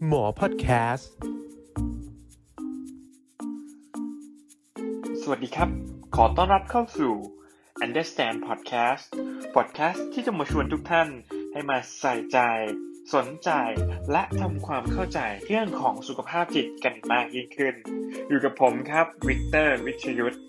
หมอพอดแคสต์สวัสดีครับขอต้อนรับเข้าสู่ Understand Podcast ที่จะมาชวนทุกท่านให้มาใส่ใจสนใจและทำความเข้าใจเรื่องของสุขภาพจิตกันมากยิ่งขึ้นอยู่กับผมครับวิกเตอร์วิชยุทธ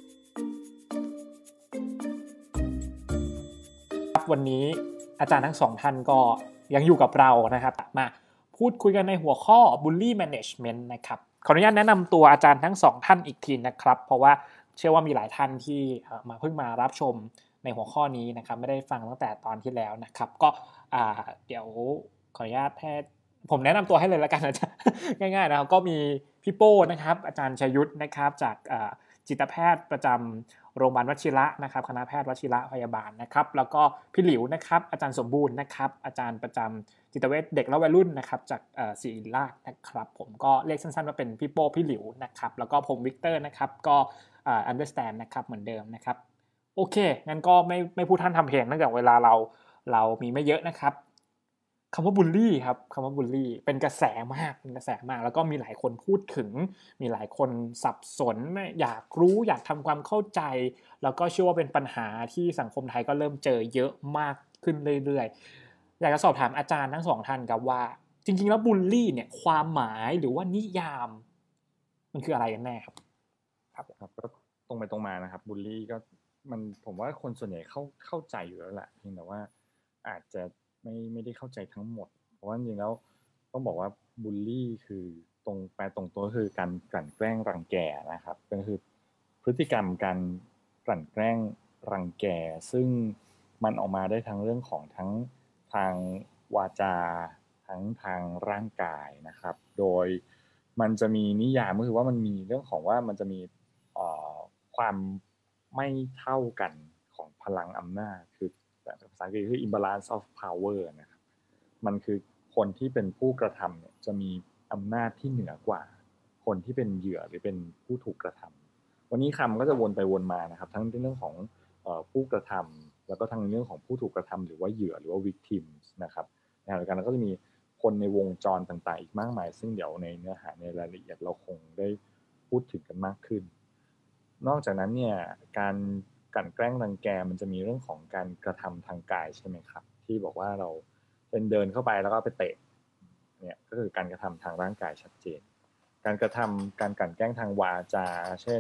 วันนี้อาจารย์ทั้งสองท่านก็ยังอยู่กับเรานะครับมาพูดคุยกันในหัวข้อ Bully Management นะครับขออนุญาตแนะนำตัวอาจารย์ทั้งสองท่านอีกทีนะครับเพราะว่าเชื่อว่ามีหลายท่านที่เพิ่งมารับชมในหัวข้อนี้นะครับไม่ได้ฟังตั้งแต่ตอนที่แล้วนะครับก็เดี๋ยวขออนุญาตให้ผมแนะนำตัวให้เลยละกันอาจารย์ ง่ายๆนะครับก็มีพี่โป้นะครับอาจารย์ชยุทธนะครับจากจิตแพทย์ประจำโรงพยาบาลวชิระนะครับคณะแพทย์วชิระพยาบาลนะครับแล้วก็พี่หลิวนะครับอาจารย์สมบูรณ์นะครับอาจารย์ประจำจิตเวชเด็กและวัยรุ่นนะครับจากศิริราชนะครับผมก็เรียกสั้นๆว่าเป็นพี่โป้พี่หลิวนะครับแล้วก็ผมวิกเตอร์นะครับก็understand นะครับเหมือนเดิมนะครับโอเคงั้นก็ไม่พูดท่านทำเพลงเนื่องจากเวลาเรามีไม่เยอะนะครับคำว่าบูลลี่ครับคำว่าบูลลี่เป็นกระแสมากแล้วก็มีหลายคนพูดถึงมีหลายคนสับสนอยากรู้อยากทำความเข้าใจแล้วก็เชื่อว่าเป็นปัญหาที่สังคมไทยก็เริ่มเจอเยอะมากขึ้นเรื่อยๆอยากจะสอบถามอาจารย์ทั้งสองท่านครับว่าจริงๆแล้วบูลลี่เนี่ยความหมายหรือว่านิยามมันคืออะไรกันแน่ครับครับก็ตรงไปตรงมานะครับบูลลี่ก็มันผมว่าคนส่วนใหญ่เข้าใจอยู่แล้วแหละเพียงแต่ว่าอาจจะไม่ได้เข้าใจทั้งหมดเพราะว่าจริงๆแล้วต้องบอกว่าบูลลี่คือแปลตรงตัวก็คือการกลั่นแกล้งรังแกนะครับก็คือพฤติกรรมการกลั่นแกล้งรังแกซึ่งมันออกมาได้ทั้งเรื่องของทั้งทางวาจาทั้งทางร่างกายนะครับโดยมันจะมีนิยามก็คือว่ามันมีเรื่องของว่ามันจะมีความไม่เท่ากันของพลังอำนาจคือภาษาอังกฤษคือ imbalance of power นะครับมันคือคนที่เป็นผู้กระทำเนี่ยจะมีอำนาจที่เหนือกว่าคนที่เป็นเหยื่อหรือเป็นผู้ถูกกระทำวันนี้คำก็จะวนไปวนมานะครับทั้งในเรื่องของผู้กระทำแล้วก็ทั้งในเรื่องของผู้ถูกกระทำหรือว่าเหยื่อหรือว่า victims นะครับในขณะเดียวกันแล้วก็จะมีคนในวงจรต่างๆอีกมากมายซึ่งเดี๋ยวในเนื้อหาในรายละเอียดเราคงได้พูดถึงกันมากขึ้นนอกจากนั้นเนี่ยการกลั่นแกล้งรังแกมันจะมีเรื่องของการกระทำทางกายใช่ไหมครับที่บอกว่าเราเป็นเดินเข้าไปแล้วก็ไปเตะเนี่ยก็คือการกระทำทางร่างกายชัดเจนการกระทำการกลั่นแกล้งทางวาจาเช่น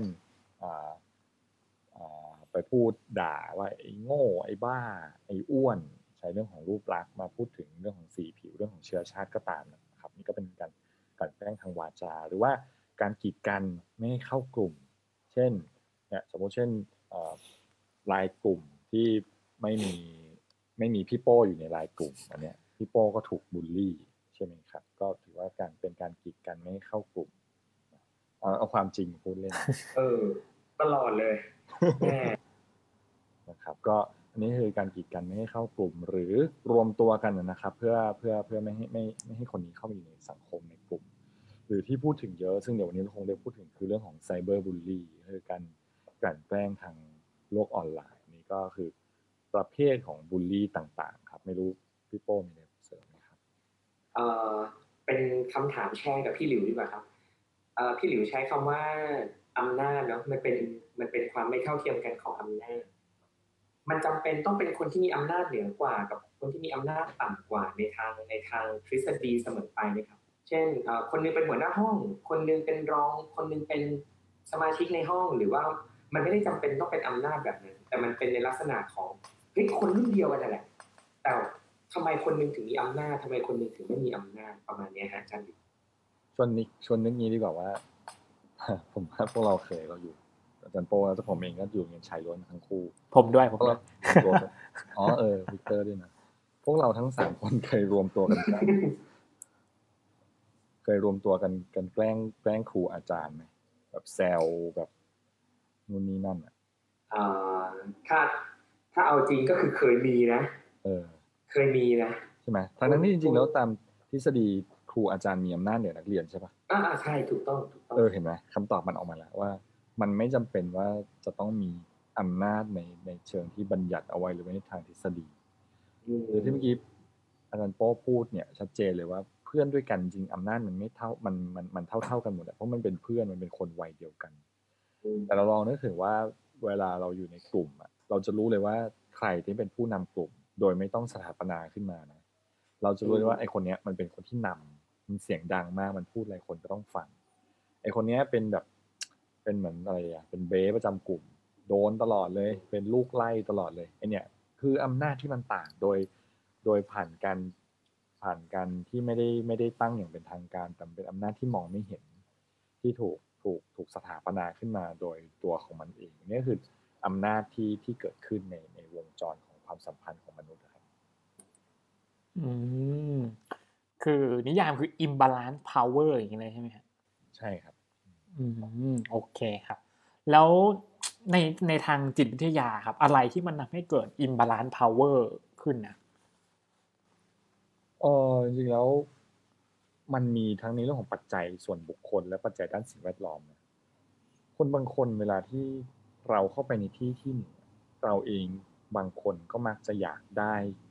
ไปพูดด่าว่าไอ้โง่ไอ้บ้าไอ้อ้วนใช้เรื่องของรูปลักษณ์มาพูดถึงเรื่องของสีผิวเรื่องของเชื้อชาติก็ตามนะครับนี่ก็เป็นการกลั่นแกล้งทางวาจาหรือว่าการกีดกันไม่ให้เข้ากลุ่มเช่นเนี่ยสมมติเช่นไลน์กลุ่มที่ไม่มีพี่โป้อยู่ในไลน์กลุ่มอันเนี้ยพี่โป้ก็ถูกบูลลี่ใช่ไหมครับก็ถือว่าเป็นการกีดกันไม่ให้เข้ากลุ่มเอาความจริงพูดเล่นตลอดเลยนะครับก็อันนี้คือการกีดกันไม่ให้เข้ากลุ่มหรือรวมตัวกันนะครับเพื่อไม่ให้คนนี้เข้ามาอยู่ในสังคมในกลุ่มหรือที่พูดถึงเยอะซึ่งเดี๋ยววันนี้เราคงได้พูดถึงคือเรื่องของไซเบอร์บูลลี่คือการกลั่นแกล้งทางโลกออนไลน์นี่ก็คือประเภทของบูลลี่ต่างๆครับไม่รู้พี่โป้มีอะไรเสริมไหมครับเป็นคำถามแชร์กับพี่หลิวดีกว่าครับพี่หลิวใช้คำว่าอำนาจเนาะมันเป็นความไม่เท่าเทียมกันของอำนาจมันจำเป็นต้องเป็นคนที่มีอำนาจเหนือกว่ากับคนที่มีอำนาจต่ำกว่าในทางทฤษฎีเสมอไปนะครับเช่นคนนึงเป็นหัวหน้าห้องคนนึงเป็นรองคนนึงเป็นสมาชิกในห้องหรือว่ามันไม่ได้จำเป็นต้องเป็นอำนาจแบบนั้นแต่มันเป็นในลักษณะของคนรุ่นเดียวกันนั่นแหละแต่ทำไมคนนึงถึงมีอำนาจทำไมคนนึงถึงไม่มีอำนาจประมาณนี้ฮะอาจารย์ชวนนึกงี้ดีกว่าว่าผมว่าพวกเราเคยเราอยู่อาจารย์โป้แล้วผมเองก็อยู่ในชายล้วนทั้งคู่ผมด้วยวิกเตอร์ด้วยนะพวกเราทั้ง3คนเคยรวมตัวกันแกล้งครูอาจารย์ไหมแบบแซวแบบนู่นนี่นั่นถ้าเอาจริงก็คือเคยมีนะเคยมีนะใช่ไหมทั้งนั้นที่จริงๆแล้วตามทฤษฎีครูอาจารย์มีอำนาจเหนือนักเรียนใช่ปะใช่ถูกต้องเห็นไหมคำตอบมันออกมาแล้วว่ามันไม่จำเป็นว่าจะต้องมีอำนาจในเชิงที่บัญญัติเอาไว้หรือในทางทฤษฎีหรือที่เมื่อกี้อาจารย์โป้พูดเนี่ยชัดเจนเลยว่าพฤพื่อนด้วยกันจริงอำนาจมันไม่เท่ามันเท่ากันหมดเพราะมันเป็นเพื่อนมันเป็นคนวัยเดียวกันแต่เราลองนึกถึงว่าเวลาเราอยู่ในกลุ่มเราจะรู้เลยว่าใครที่เป็นผู้นำกลุ่มโดยไม่ต้องสถาปนาขึ้นมานะเราจะรู้เลยว่าไอ้คนเนี้ยมันเป็นคนที่นำมันเสียงดังมากมันพูดอะไรคนก็ต้องฟังไอ้คนเนี้ยเป็นแบบเป็นเหมือนอะไรเป็นเบสประจำกลุ่มโดนตลอดเลยเป็นลูกไล่ตลอดเลยไอ้เนี่ยคืออำนาจที่มันต่างโดยผ่านการที่ไม่ได้ตั้งอย่างเป็นทางการแต่เป็นอำนาจที่มองไม่เห็นที่ถูกสถาปนาขึ้นมาโดยตัวของมันเองนี่คืออำนาจที่เกิดขึ้นในวงจรของความสัมพันธ์ของมนุษย์ครับคือนิยามคือ imbalance power อย่างนี้เลยใช่ไหมครับใช่ครับโอเคครับแล้วในทางจิตวิทยาครับอะไรที่มันทำให้เกิด imbalance power ขึ้นนะจริงๆแล้วมันมีทั้งในเรื่องของปัจจัยส่วนบุคคลและปัจจัยด้านสิ่งแวดล้อมนะคนบางคนเวลาที่เราเข้าไปในที่หนึ่งเราเองบางคนก็มักจะอยากได้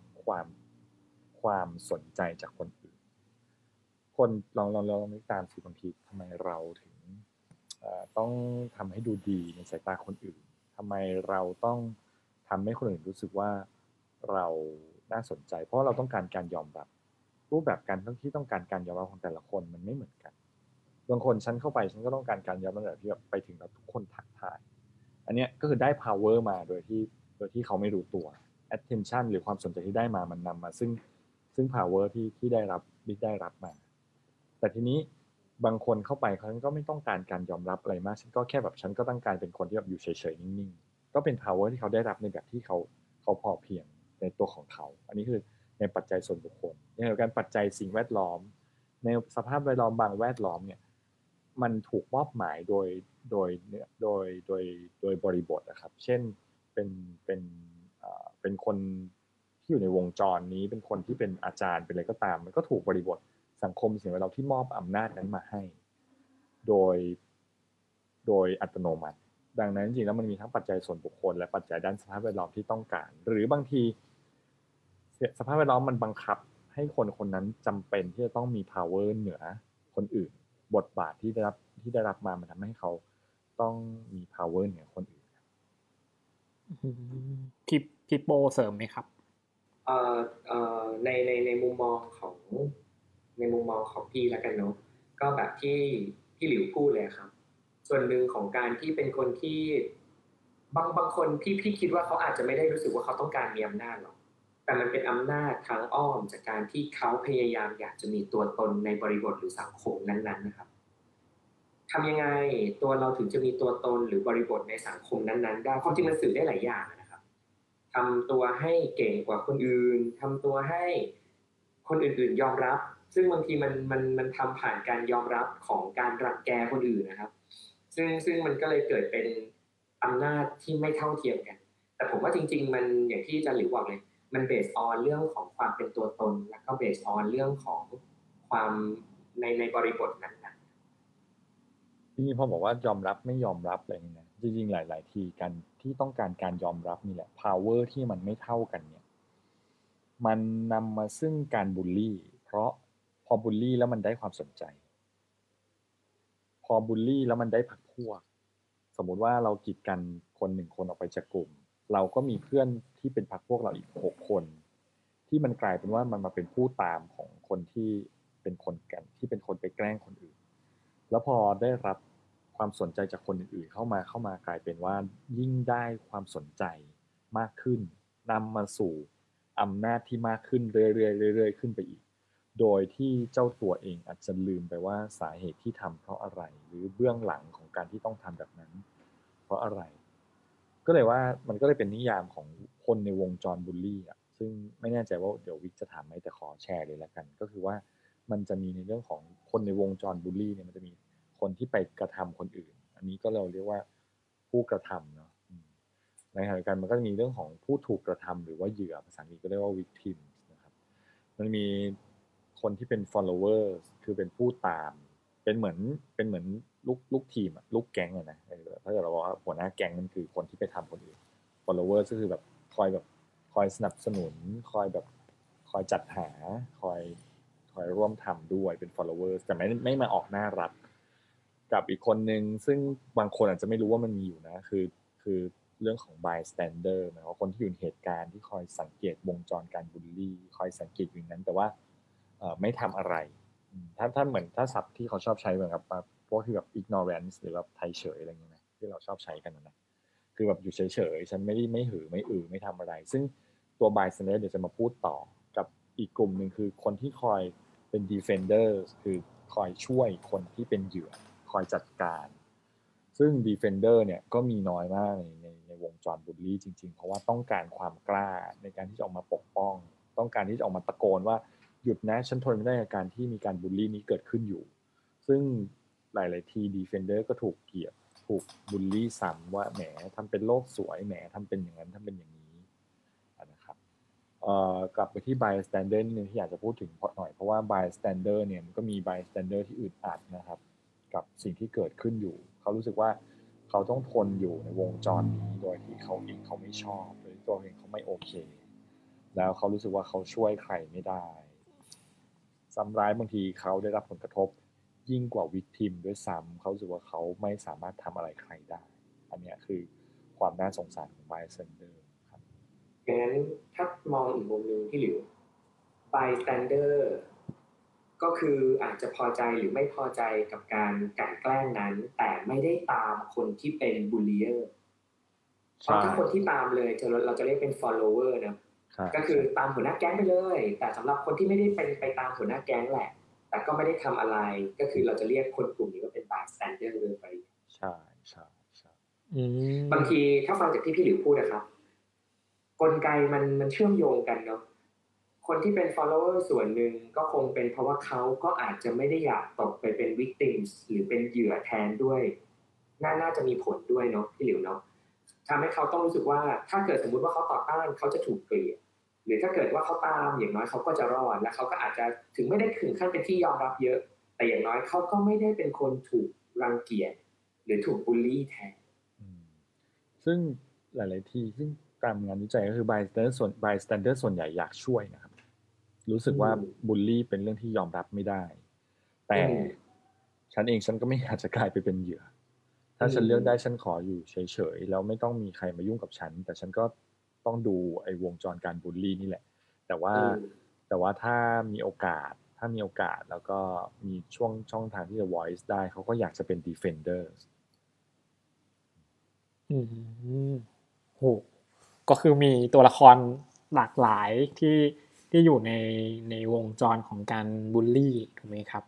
ความสนใจจากคนอื่นคนลองนึกตามสิบางทีทำไมเราถึงต้องทำให้ดูดีในสายตาคนอื่นทำไมเราต้องทำให้คนอื่นรู้สึกว่าเราน่าสนใจเพราะเราต้องการการยอมรับรูปแบบการที่ต้องการการยอมรับของแต่ละคนมันไม่เหมือนกันบางคนฉันเข้าไปฉันก็ต้องการการยอมรับแบบที่แบบไปถึงแล้วทุกคนทักทายอันนี้ก็คือได้ power มาโดยที่เขาไม่รู้ตัว attention หรือความสนใจที่ได้มามันนำมาซึ่ง power ที่ได้รับมาแต่ทีนี้บางคนเข้าไปเขาก็ไม่ต้องการการยอมรับอะไรมากฉันก็แค่แบบฉันก็ต้องการเป็นคนที่แบบอยู่เฉยๆนิ่งๆก็เป็น power ที่เขาได้รับในแบบที่เขาพอเพียงในตัวของเขาอันนี้คือในปัจจัยส่วนบุคคลในเรื่องการปัจจัยสิ่งแวดล้อมในสภาพแวดล้อมบางแวดล้อมเนี่ยมันถูกมอบหมายโดยบริบทนะครับเช่นเป็นคนที่อยู่ในวงจรนี้เป็นคนที่เป็นอาจารย์เป็นอะไรก็ตามมันก็ถูกบริบทสังคมสิ่งแวดล้อมที่มอบอำนาจนั้นมาให้โดยอัตโนมัติดังนั้นจริงๆแล้วมันมีทั้งปัจจัยส่วนบุคคลและปัจจัยด้านสภาพแวดล้อมที่ต้องการหรือบางทีสภาพแวดล้อมมันบังคับให้คนนั้นจำเป็นที่จะต้องมี power เหนือคนอื่นบทบาทที่ได้รับมามันทำให้เขาต้องมี power เหนือคนอื่นพี่โปเสริมไหมครับในมุมมองของพี่แล้วกันเนาะก็แบบที่พี่หลิวพูดเลยครับส่วนหนึ่งของการที่เป็นคนที่บางคนพี่คิดว่าเขาอาจจะไม่ได้รู้สึกว่าเขาต้องการมีอำนาจหรอกแต่มันเป็นอำนาจทางอ้อมจากการที่เขาพยายามอยากจะมีตัวตนในบริบทหรือสังคมนั้นๆนะครับทำยังไงตัวเราถึงจะมีตัวตนหรือบริบทในสังคมนั้นๆได้ความจริงมันสื่อได้หลายอย่างนะครับทำตัวให้เก่งกว่าคนอื่นทำตัวให้คนอื่นๆยอมรับซึ่งบางทีมันทำผ่านการยอมรับของการรังแกคนอื่นนะครับซึ่งมันก็เลยเกิดเป็นอำนาจที่ไม่เท่าเทียมกันแต่ผมว่าจริงๆมันอย่างที่อาจารย์หลิวบอกเลยมันเบสออนเรื่องของความเป็นตัวตนแล้วก็เบสออนเรื่องของความในบริบทนั้นจริงๆพอบอกว่ายอมรับไม่ยอมรับอะไรนี่นะจริงๆหลายๆทีการที่ต้องการการยอมรับนี่แหละ power ที่มันไม่เท่ากันเนี่ยมันนำมาซึ่งการบูลลี่เพราะพอบูลลี่แล้วมันได้ความสนใจพอบูลลี่แล้วมันได้พรรคพวกสมมุติว่าเรากีดกันคนหนึ่งคนออกไปจากกลุ่มเราก็มีเพื่อนที่เป็นพรรคพวกเราอีก6 คนที่มันกลายเป็นว่ามันมาเป็นผู้ตามของคนที่เป็นคนกันที่เป็นคนไปแกล้งคนอื่นแล้วพอได้รับความสนใจจากคนอื่นๆเข้ามากลายเป็นว่ายิ่งได้ความสนใจมากขึ้นนำมาสู่อำนาจที่มากขึ้นเรื่อยๆขึ้นไปอีกโดยที่เจ้าตัวเองอาจจะลืมไปว่าสาเหตุที่ทำเพราะอะไรหรือเบื้องหลังของการที่ต้องทำแบบนั้นเพราะอะไรก็เลยว่ามันก็เลยเป็นนิยามของคนในวงจรบูลลี่อ่ะซึ่งไม่แน่ใจว่าเดี๋ยววิกจะถามไหมแต่ขอแชร์เลยละกันก็คือว่ามันจะมีในเรื่องของคนในวงจรบูลลี่เนี่ยมันจะมีคนที่ไปกระทำคนอื่นอันนี้ก็เราเรียกว่าผู้กระทำเนาะในขณะเดียวกันมันก็จะมีเรื่องของผู้ถูกกระทำหรือว่าเหยื่อภาษาอังกฤษก็เรียกว่า victim นะครับมันมีคนที่เป็น follower คือเป็นผู้ตามเป็นเหมือนลูกทีมลูกแก๊งอะนะถ้าเกิดเราบอกว่าหัวหน้าแก๊งมันคือคนที่ไปทำคนอื่น follower ก็คือแบบคอยสนับสนุนคอยจัดหาคอยคอยร่วมทำด้วยเป็น followers แต่ไม่มาออกหน้ารับกับอีกคนนึงซึ่งบางคนอาจจะไม่รู้ว่ามันมีอยู่นะคือเรื่องของ bystander หมายความว่าคนที่อยู่ในเหตุการณ์ที่คอยสังเกตวงจรการบูลลี่คอยสังเกตอยู่นั้นแต่ว่าไม่ทำอะไรถ้าเหมือนถ้าศัพท์ที่เขาชอบใช้เหมือนกับพวกที่แบบ ignorance หรือแบบไทยเฉยอะไรอย่างเงี้ยนะที่เราชอบใช้กันนะคือแบบอยู่เฉยๆฉันไม่หือไม่ไม่ทำอะไรซึ่งตัว bystander เดี๋ยวจะมาพูดต่อกับอีกกลุ่มหนึ่งคือคนที่คอยเป็น defender คือคอยช่วยคนที่เป็นเหยื่อคอยจัดการซึ่ง defender เนี่ยก็มีน้อยมากในวงจรบูลลี่จริงๆเพราะว่าต้องการความกล้าในการที่จะออกมาปกป้องต้องการที่จะออกมาตะโกนว่าหยุดนะฉันทนไม่ได้กับการที่มีการบูลลี่นี้เกิดขึ้นอยู่ซึ่งหลายๆที defender ก็ถูกเกลียดถูกบูลลี่ซ้ำว่าแหมทำเป็นโลกสวยแหมทำเป็นอย่างนั้นทำเป็นอย่างนี้นะครับกลับไปที่ bystander นึงที่อยากจะพูดถึงหน่อยเพราะว่า bystander เนี่ยมันก็มี bystander ที่อึดอัดนะครับกับสิ่งที่เกิดขึ้นอยู่เขารู้สึกว่าเขาต้องทนอยู่ในวงจรนี้โดยที่เขาเองเขาไม่ชอบโดยที่ตัวเองเขาไม่โอเคแล้วเขารู้สึกว่าเขาช่วยใครไม่ได้ซ้ำร้ายบางทีเขาได้รับผลกระทบยิ่งกว่าวิกติมด้วยซ้ำเขารู้สึกว่าเขาไม่สามารถทำอะไรใครได้อันนี้คือความน่าสงสารของ bystander ครับอย่างนั้นถ้ามองอีกมุมนึงที่หลิว bystander ก็คืออาจจะพอใจหรือไม่พอใจกับการกลั่นแกล้งนั้นแต่ไม่ได้ตามคนที่เป็นบูลลีอร์เพราะถ้าคนที่ตามเลยเราจะเรียกเป็น follower นะก็คือตามหัวหน้าแก๊งไปเลยแต่สำหรับคนที่ไม่ได้เป็นไปตามหัวหน้าแก๊งแหละแต่ก็ไม่ได้ทำอะไรก็คือเราจะเรียกคนกลุ่มนี้ว่าเป็น bystander เลยไปใช่บางทีถ้าฟังจากที่พี่หลิวพูดนะครับกลไกมันเชื่อมโยงกันเนาะคนที่เป็น follower ส่วนหนึ่งก็คงเป็นเพราะว่าเขาก็อาจจะไม่ได้อยากตกไปเป็น victims หรือเป็นเหยื่อแทนด้วยน่าจะมีผลด้วยเนาะพี่หลิวเนาะทำให้เขาต้องรู้สึกว่าถ้าเกิดสมมุติว่าเขาต่อต้านเขาจะถูกเกลียดหรือถ้าเกิดว่าเขาตามอย่างน้อยเขาก็จะรอดและเขาก็อาจจะถึงไม่ได้ถึงขั้นเป็นที่ยอมรับเยอะแต่อย่างน้อยเขาก็ไม่ได้เป็นคนถูกรังเกียจหรือถูกบูลลี่แทนซึ่งหลายๆทีซึ่งตามงานวิจัยก็คือ bystander ส่วนใหญ่อยากช่วยนะครับรู้สึกว่าบูลลี่เป็นเรื่องที่ยอมรับไม่ได้แต่ฉันก็ไม่อยากจะกลายไปเป็นเหยื่อถ้าฉันเลือกได้ฉันขออยู่เฉยๆแล้วไม่ต้องมีใครมายุ่งกับฉันแต่ฉันก็ต้องดูไอ้วงจรการบูลลี่นี่แหละแต่ว่าถ้ามีโอกาสแล้วก็มีช่องทางที่จะ voice ได้เขาก็อยากจะเป็น defender โหก็คือมีตัวละครหลากหลายที่อยู่ในวงจรของการบูลลี่ถูกไหมครับ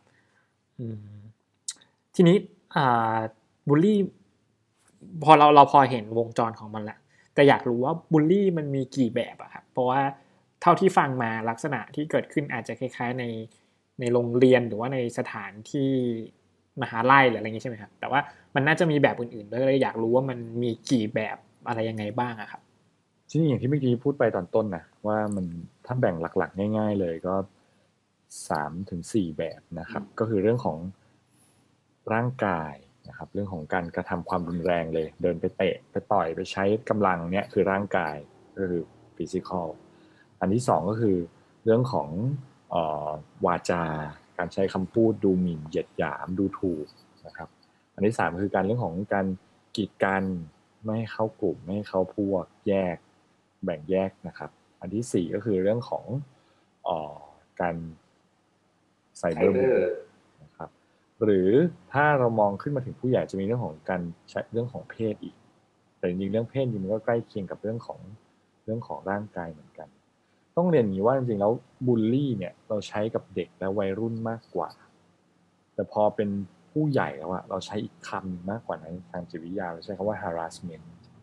ทีนี้บูลลี่พอเราพอเห็นวงจรของมันแหละแต่อยากรู้ว่าบูลลี่มันมีกี่แบบอะครับเพราะว่าเท่าที่ฟังมาลักษณะที่เกิดขึ้นอาจจะคล้ายๆในโรงเรียนหรือว่าในสถานที่มหาลัยหรืออะไรอย่างงี้ใช่ไหมครับแต่ว่ามันน่าจะมีแบบอื่นๆด้วยเลยอยากรู้ว่ามันมีกี่แบบอะไรยังไงบ้างอะครับจริงๆอย่างที่เมื่อกี้พูดไปตอนต้นนะว่ามันถ้าแบ่งหลักๆง่ายๆเลยก็ 3-4 แบบนะครับก็คือเรื่องของร่างกายนะครับเรื่องของการกระทำความรุนแรงเลยเดินไปเตะไปต่อยไปใช้กำลังเนี่ยคือร่างกายก็คือ physical อันที่สองก็คือเรื่องของวาจาการใช้คำพูดดูหมิ่นเหยียดหยามดูถูกนะครับอันที่สามคือการเรื่องของการกีดกันไม่ให้เข้ากลุ่มไม่ให้เข้าพวกแยกแบ่งแยกนะครับอันที่สี่ก็คือเรื่องของการไซเบอร์บูลลี่นะครับหรือถ้าเรามองขึ้นมาถึงผู้ใหญ่จะมีเรื่องของการใช้เรื่องของเพศอีกแต่จริงๆเรื่องเพศจริงมันก็ใกล้เคียงกับเรื่องของร่างกายเหมือนกันต้องเรียนอย่างนี้ว่าจริงๆแล้วบูลลี่เนี่ยเราใช้กับเด็กและวัยรุ่นมากกว่าแต่พอเป็นผู้ใหญ่แล้วอะเราใช้อีกคำมากกว่าในทางจิตวิทยาเราใช้คำว่า harassment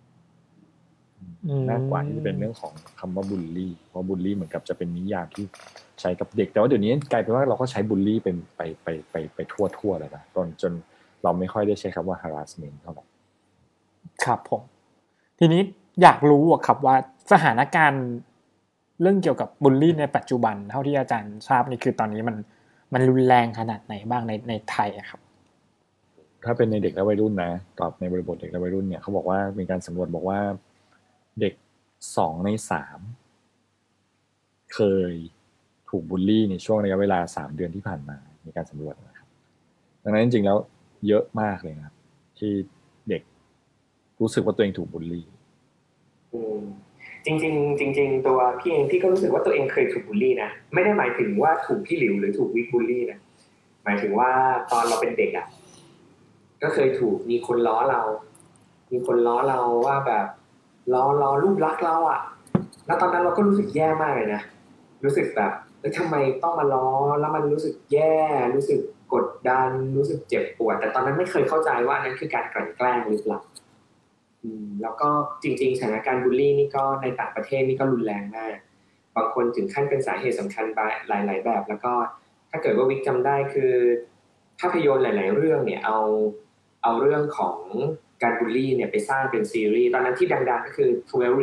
มากกว่าที่จะเป็นเรื่องของคำว่าบูลลี่เพราะบูลลี่เหมือนกับจะเป็นนิยามที่ใช้กับเด็กแต่ว่าเดี๋ยวนี้กลายเป็นว่าเราก็ใช้บูลลี่เป็นไปทั่วแล้วนะจนเราไม่ค่อยได้ใช้คำว่า harassment เท่าไหร่ครับผมทีนี้อยากรู้ครับว่าสถานการณ์เรื่องเกี่ยวกับบูลลี่ในปัจจุบันเท่าที่อาจารย์ทราบนี่คือตอนนี้มันรุนแรงขนาดไหนบ้างในไทยครับถ้าเป็นในเด็กและวัยรุ่นนะตอบในบริบทเด็กและวัยรุ่นเนี่ยเขาบอกว่ามีการสำรวจบอกว่าเด็ก2 ใน 3เคยถูถูกบูลลี่ในช่วงระยะเวลา3 เดือนที่ผ่านมาในการสำรวจนะครับดังนั้นจริงๆแล้วเยอะมากเลยนะครับที่เด็กรู้สึกว่าตัวเองถูกบูลลี่จริงๆจริงๆตัวพี่เองพี่ก็รู้สึกว่าตัวเองเคยถูกบูลลี่นะไม่ได้หมายถึงว่าถูกพี่หลิวหรือถูกวิกบูลลี่นะหมายถึงว่าตอนเราเป็นเด็กอ่ะก็เคยถูกมีคนล้อเราว่าแบบล้อรูปลักษณ์เราอ่ะแล้วตอนนั้นเราก็รู้สึกแย่มากเลยนะรู้สึกแบบทำไมต้องมาล้อแล้วมันรู้สึกแย่รู้สึกกดดันรู้สึกเจ็บปวดแต่ตอนนั้นไม่เคยเข้าใจว่านั่นคือการกลั่นแกล้งหรือเปล่าแล้วก็จริงๆสถานการณ์บูลลี่นี่ก็ในต่างประเทศนี่ก็รุนแรงมากบางคนถึงขั้นเป็นสาเหตุสำคัญหลายๆแบบแล้วก็ถ้าเกิดว่าวิกจำได้คือภาพยนตร์หลายๆเรื่องเนี่ยเอาเรื่องของการบูลลี่เนี่ยไปสร้างเป็นซีรีส์ตอนนั้นที่ดังๆก็คือ12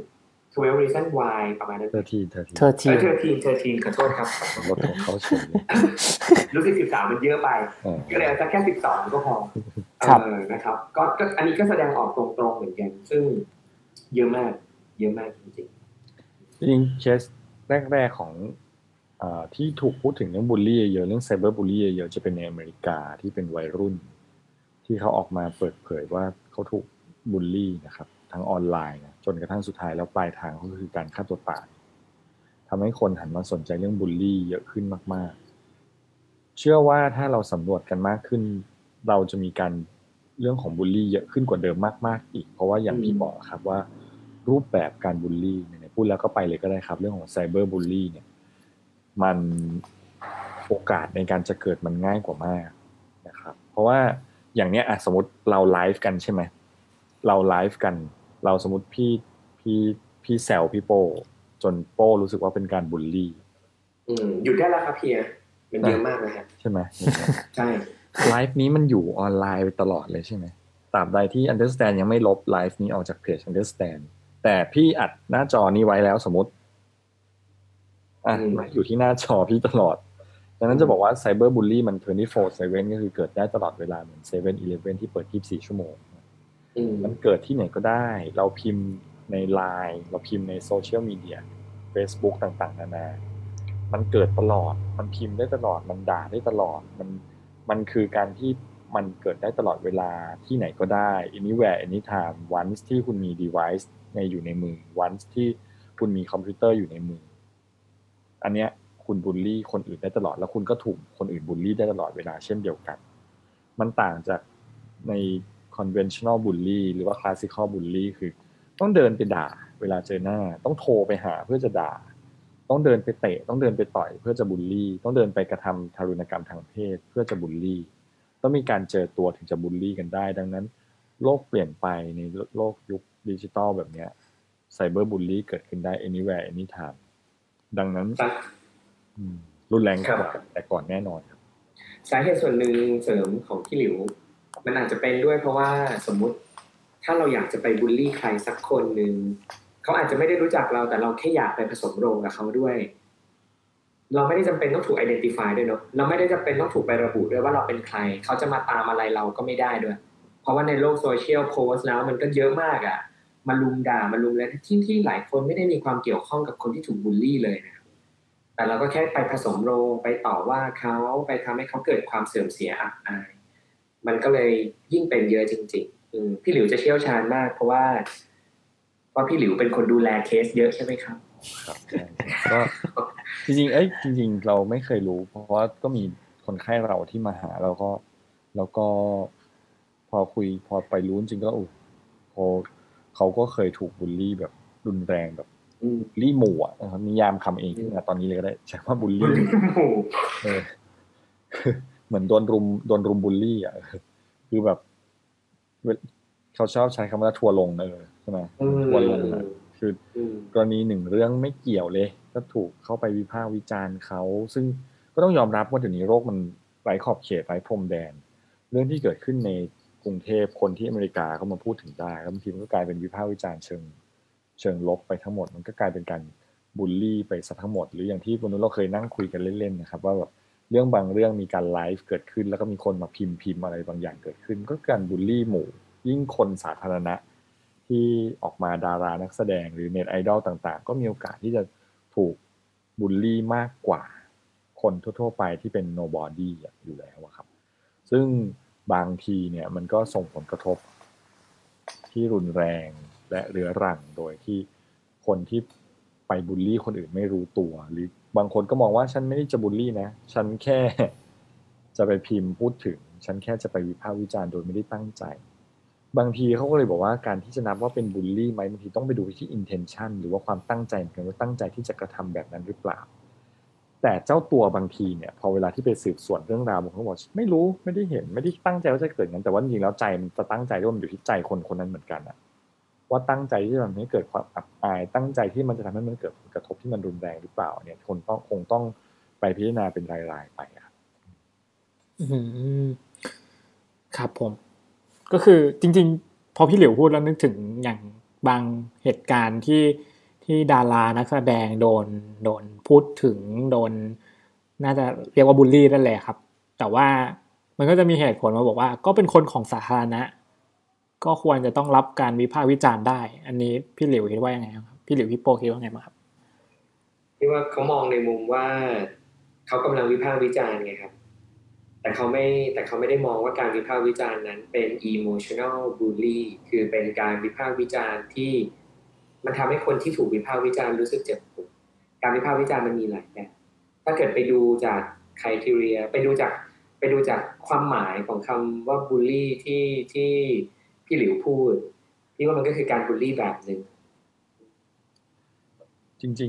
Reason Why ประมาณนั้น 13 ขอโทษครับรถของเขาเฉยรู้สึก13มันเยอะไปก็เลยเอาแค่12ก็พอนะครับก็อันนี้ก็แสดงออกตรงๆเหมือนกันซึ่งเยอะมากจริงๆเคสแรกๆของที่ถูกพูดถึงเรื่องบูลลี่เยอะเรื่องไซเบอร์บูลลี่เยอะจะเป็นในอเมริกาที่เป็นวัยรุ่นที่เขาออกมาเปิดเผยว่าเขาถูกบูลลี่นะครับทั้งออนไลน์นะจนกระทั่งสุดท้ายแล้วปลายทางก็คือการฆ่าตัวตายทำให้คนหันมาสนใจเรื่องบูลลี่เยอะขึ้นมากๆเชื่อว่าถ้าเราสำรวจกันมากขึ้นเราจะมีการเรื่องของบูลลี่เยอะขึ้นกว่าเดิมมากๆอีกเพราะว่าอย่างที่บอกครับว่ารูปแบบการบูลลี่เนี่ยพูดแล้วก็ไปเลยก็ได้ครับเรื่องของไซเบอร์บูลลี่เนี่ยมันโอกาสในการจะเกิดมันง่ายกว่ามากนะครับเพราะว่าอย่างเนี้ยสมมติเราไลฟ์กันใช่ไหมเราไลฟ์กันเราสมมติพี่แซวพี่โป้จนโป้รู้สึกว่าเป็นการบูลลี่หยุดได้แล้วครับเพียมันเยอะมากนะฮะใช่ไหมใช่ไลฟ์นี้มันอยู่ออนไลน์ไปตลอดเลยใช่ไหมตราบใดที่ Understand ยังไม่ลบไลฟ์นี้ออกจากเพจ Understand แต่พี่อัดหน้าจอนี้ไว้แล้วสมมติมันอยู่ที่หน้าจอพี่ตลอดดังนั้นจะบอกว่าไซเบอร์บูลลี่มัน 24/7 ก็คือเกิดได้ตลอดเวลาเหมือน 7-Eleven ที่เปิด24 ชั่วโมงมันเกิดที่ไหนก็ได้เราพิมพ์ใน LINE เราพิมพ์ในโซเชียลมีเดีย Facebook ต่างๆนานามันเกิดตลอดมันพิมพ์ได้ตลอดมันด่าได้ตลอดมันคือการที่มันเกิดได้ตลอดเวลาที่ไหนก็ได้ anywhere anytime once ที่คุณมี device อยู่ในมือ once ที่คุณมีคอมพิวเตอร์อยู่ในมืออันเนี้ยคุณบูลลี่คนอื่นได้ตลอดแล้วคุณก็ถูกคนอื่นบูลลี่ได้ตลอดเวลาเช่นเดียวกันมันต่างจากใน conventional bully หรือว่า classical bully คือต้องเดินไปด่าเวลาเจอหน้าต้องโทรไปหาเพื่อจะด่าต้องเดินไปเตะต้องเดินไปต่อยเพื่อจะบูลลี่ต้องเดินไปกระทำทารุณกรรมทางเพศเพื่อจะบูลลี่ต้องมีการเจอตัวถึงจะบูลลี่กันได้ดังนั้นโลกเปลี่ยนไปในโลกยุคดิจิตอลแบบนี้ไซเบอร์บูลลี่เกิดขึ้นได้ anywhere anytime ดังนั้นรุนแรงกว่าแต่ก่อนแน่นอนครับสาเหตุส่วนหนึ่งเสริมของพี่หลิวมันอาจจะเป็นด้วยเพราะว่าสมมุติถ้าเราอยากจะไปบูลลี่ใครสักคนหนึ่งเขาอาจจะไม่ได้รู้จักเราแต่เราแค่อยากไปผสมโรงกับเขาด้วยเราไม่ได้จำเป็นต้องถูก identify ด้วยเนาะเราไม่ได้จำเป็นต้องถูกไประบุด้วยว่าเราเป็นใครเขาจะมาตามอะไรเราก็ไม่ได้ด้วยเพราะว่าในโลกโซเชียลโพสต์แล้วมันก็เยอะมากอ่ะมาลุมด่ามาลุมอะไรที่หลายคนไม่ได้มีความเกี่ยวข้องกับคนที่ถูกบูลลี่เลยนะแต่เราก็แค่ไปผสมโรงไปต่อว่าเขาไปทำให้เขาเกิดความเสื่อมเสียอับอายมันก็เลยยิ่งเป็นเยอะจริงๆพี่หลิวจะเชี่ยวชาญมากเพราะว่าพี่หลิวเป็นคนดูแลเคสเยอะใช่ไหมครับครับใช่ก็จริงๆจริงๆเราไม่เคยรู้เพราะว่าก็มีคนไข้เราที่มาหาแล้วก็พอคุยพอไปรู้จริงก็พอเขาก็เคยถูกบูลลี่แบบรุนแรงแบบลี่หมู่นะครับนิยามคำเองขึ้นมาตอนนี้เลยก็ได้ใช้ว่าบูลลี่เหมือนโดนรุมบูลลี่คือแบบเขาชอบใช้คำว่าทัวร์ลงใช่ไหมทัวร์ลงคือกรณีหนึ่งเรื่องไม่เกี่ยวเลยก็ถูกเข้าไปวิพากษ์วิจารณ์เขาซึ่งก็ต้องยอมรับว่าเดี๋ยวนี้โรคมันไร้ขอบเขตไร้พรมแดนเรื่องที่เกิดขึ้นในกรุงเทพคนที่อเมริกาเขามาพูดถึงได้แล้วบางทีมันก็กลายเป็นวิพากษ์วิจารณ์เชิงลบไปทั้งหมดมันก็กลายเป็นการบูลลี่ไปซะทั้งหมดหรืออย่างที่วันนู้นเราเคยนั่งคุยกันเล่นๆนะครับว่าแบบเรื่องบางเรื่องมีการไลฟ์เกิดขึ้นแล้วก็มีคนมาพิมพ์อะไรบางอย่างเกิดขึ้นก็การบูลลี่หมู่ยิ่งคนสาธารณะที่ออกมาดารานักแสดงหรือเน็ตไอดอลต่างๆก็มีโอกาสที่จะถูกบูลลี่มากกว่าคนทั่วๆไปที่เป็น nobody อยู่แล้วครับซึ่งบางทีเนี่ยมันก็ส่งผลกระทบที่รุนแรงและเรื้อรังโดยที่คนที่ไปบูลลี่คนอื่นไม่รู้ตัวหรือบางคนก็มองว่าฉันไม่ได้จะบูลลี่นะฉันแค่จะไปพิมพ์พูดถึงฉันแค่จะไปวิพากษ์วิจารณ์โดยไม่ได้ตั้งใจบางทีเขาก็เลยบอกว่าการที่จะนับว่าเป็นบูลลี่ไหมบางทีต้องไปดูที่ intention หรือว่าความตั้งใจเหมือนกันว่าตั้งใจที่จะกระทำแบบนั้นหรือเปล่าแต่เจ้าตัวบางทีเนี่ยพอเวลาที่ไปสืบสวนเรื่องราวบางคนบอกไม่รู้ไม่ได้เห็นไม่ได้ตั้งใจว่าจะเกิดงั้นแต่ว่าจริงๆแล้วใจมันจะตั้งใจด้วยมันอยู่ที่ใจคนคนนั้นเหมือนกันอะว่าตั้งใจที่จะทำให้เกิดความอับอายตั้งใจที่มันจะทำให้มันเกิดผลกระทบที่มันรุนแรงหรือเปล่าเนี่ยคนคงต้องไปพิจารณาเป็นรายๆไปครับครับผมก็คือจริงๆพอพี่หลิวพูดแล้วนึกถึงอย่างบางเหตุการณ์ที่ดารานักแสดงโดนพูดถึงโดนน่าจะเรียกว่าบูลลี่นั่นแหละครับแต่ว่ามันก็จะมีเหตุผลมาบอกว่าก็เป็นคนของสาธารณะก็ควรจะต้องรับการวิพากษ์วิจารณ์ได้อันนี้พี่หลิวคิดว่ายังไงครับพี่หลิวพี่โปคิดว่าไงบ้างครับที่ว่าเขามองในมุมว่าเขากำลังวิพากษ์วิจารณ์ไงครับแต่เขาไม่ได้มองว่าการวิพากษ์วิจารณ์นั้นเป็น emotional bully คือเป็นการวิพากษ์วิจารณ์ที่มันทำให้คนที่ถูกวิพากษ์วิจารณ์รู้สึกเจ็บปวดการวิพากษ์วิจารณ์มันมีหลายแบบถ้าเกิดไปดูจาก criteria ไปดูจากความหมายของคำว่า bully ที่พี่หลิวพูดพี่ว่ามันก็คือการบูลลี่แบบหนึ่งจริง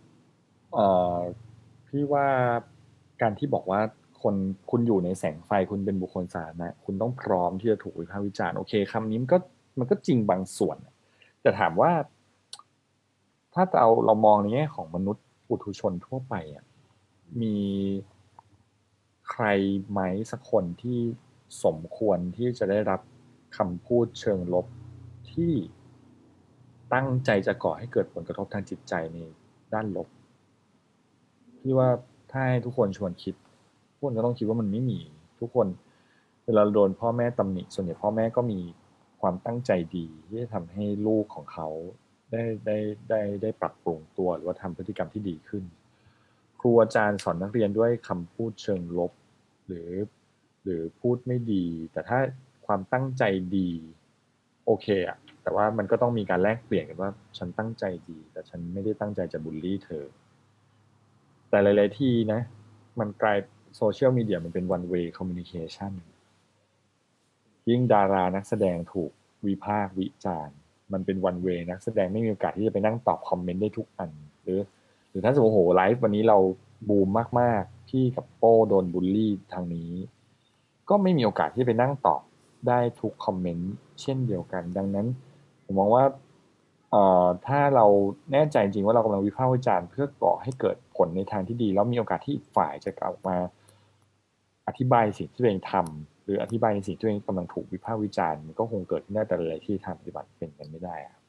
ๆพี่ว่าการที่บอกว่าคุณอยู่ในแสงไฟคุณเป็นบุคคลสาธารณะคุณต้องพร้อมที่จะถูกวิพากษ์วิจารณ์โอเคคำนี้มันก็จริงบางส่วนแต่ถามว่าถ้าเรามองในแง่ของมนุษย์ปุถุชนทั่วไปมีใครไหมสักคนที่สมควรที่จะได้รับคำพูดเชิงลบที่ตั้งใจจะก่อให้เกิดผลกระทบทางจิตใจในด้านลบพี่ว่าถ้าให้ทุกคนชวนคิดทุกคนก็ต้องคิดว่ามันไม่มีทุกคนเวลาโดนพ่อแม่ตำหนิส่วนใหญ่พ่อแม่ก็มีความตั้งใจดีที่จะทำให้ลูกของเขาได้ปรับปรุงตัวหรือว่าทำพฤติกรรมที่ดีขึ้นครูอาจารย์สอนนักเรียนด้วยคำพูดเชิงลบหรือพูดไม่ดีแต่ถ้าความตั้งใจดีโอเคอะแต่ว่ามันก็ต้องมีการแลกเปลี่ยนกันว่าฉันตั้งใจดีแต่ฉันไม่ได้ตั้งใจจะบูลลี่เธอแต่หลายๆที่นะมันกลายโซเชียลมีเดียมันเป็น one way communication ยิ่งดารานักแสดงถูกวิพากษ์วิจารณ์มันเป็น one way นักแสดงไม่มีโอกาสที่จะไปนั่งตอบคอมเมนต์ได้ทุกอันหรือถ้าสมมติโหไลฟ์วันนี้เราบูมมากๆพี่กับโป้โดนบูลลี่ทางนี้ก็ไม่มีโอกาสที่ไปนั่งตอบได้ทุกคอมเมนต์เช่นเดียวกันดังนั้นผมมองว่าถ้าเราแน่ใจจริงว่าเรากำลังวิพากษ์วิจารณ์เพื่อก่อให้เกิดผลในทางที่ดีแล้วมีโอกาสที่อีกฝ่ายจะกลับมาอธิบายสิ่งที่ตัวเองทำหรืออธิบายในสิ่งที่ตัวเองกำลังถูกวิพากษ์วิจารณ์มันก็คงเกิดขึ้นได้แต่หลายที่ทางปฏิบัติเป็นกันไม่ได้ครับ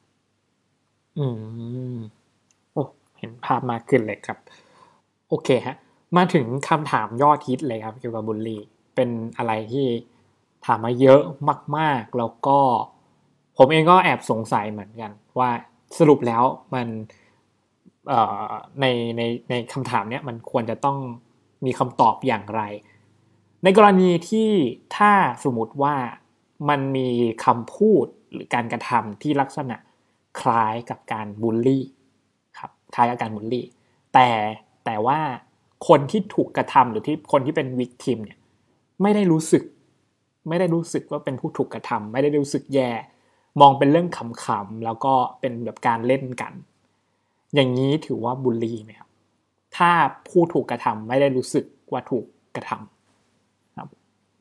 โอ้เห็นภาพมากขึ้นเลยครับโอเคฮะมาถึงคำถามยอดฮิตเลยครับเกี่ยวกับบูลลี่เป็นอะไรที่ถามมาเยอะมากๆแล้วก็ผมเองก็แอบสงสัยเหมือนกันว่าสรุปแล้วมันในในคำถามเนี้ยมันควรจะต้องมีคำตอบอย่างไรในกรณีที่ถ้าสมมติว่ามันมีคำพูดหรือการกระทำที่ลักษณะคล้ายกับการบูลลี่ครับคล้ายกับการบูลลี่แต่ว่าคนที่ถูกกระทำหรือที่คนที่เป็นวิกติมเนี่ยไม่ได้รู้สึกว่าเป็นผู้ถูกกระทำไม่ได้รู้สึกแย่มองเป็นเรื่องขำๆแล้วก็เป็นแบบการเล่นกันอย่างนี้ถือว่าบูลลี่ไหมครับถ้าผู้ถูกกระทำไม่ได้รู้สึกว่าถูกกระทำครับ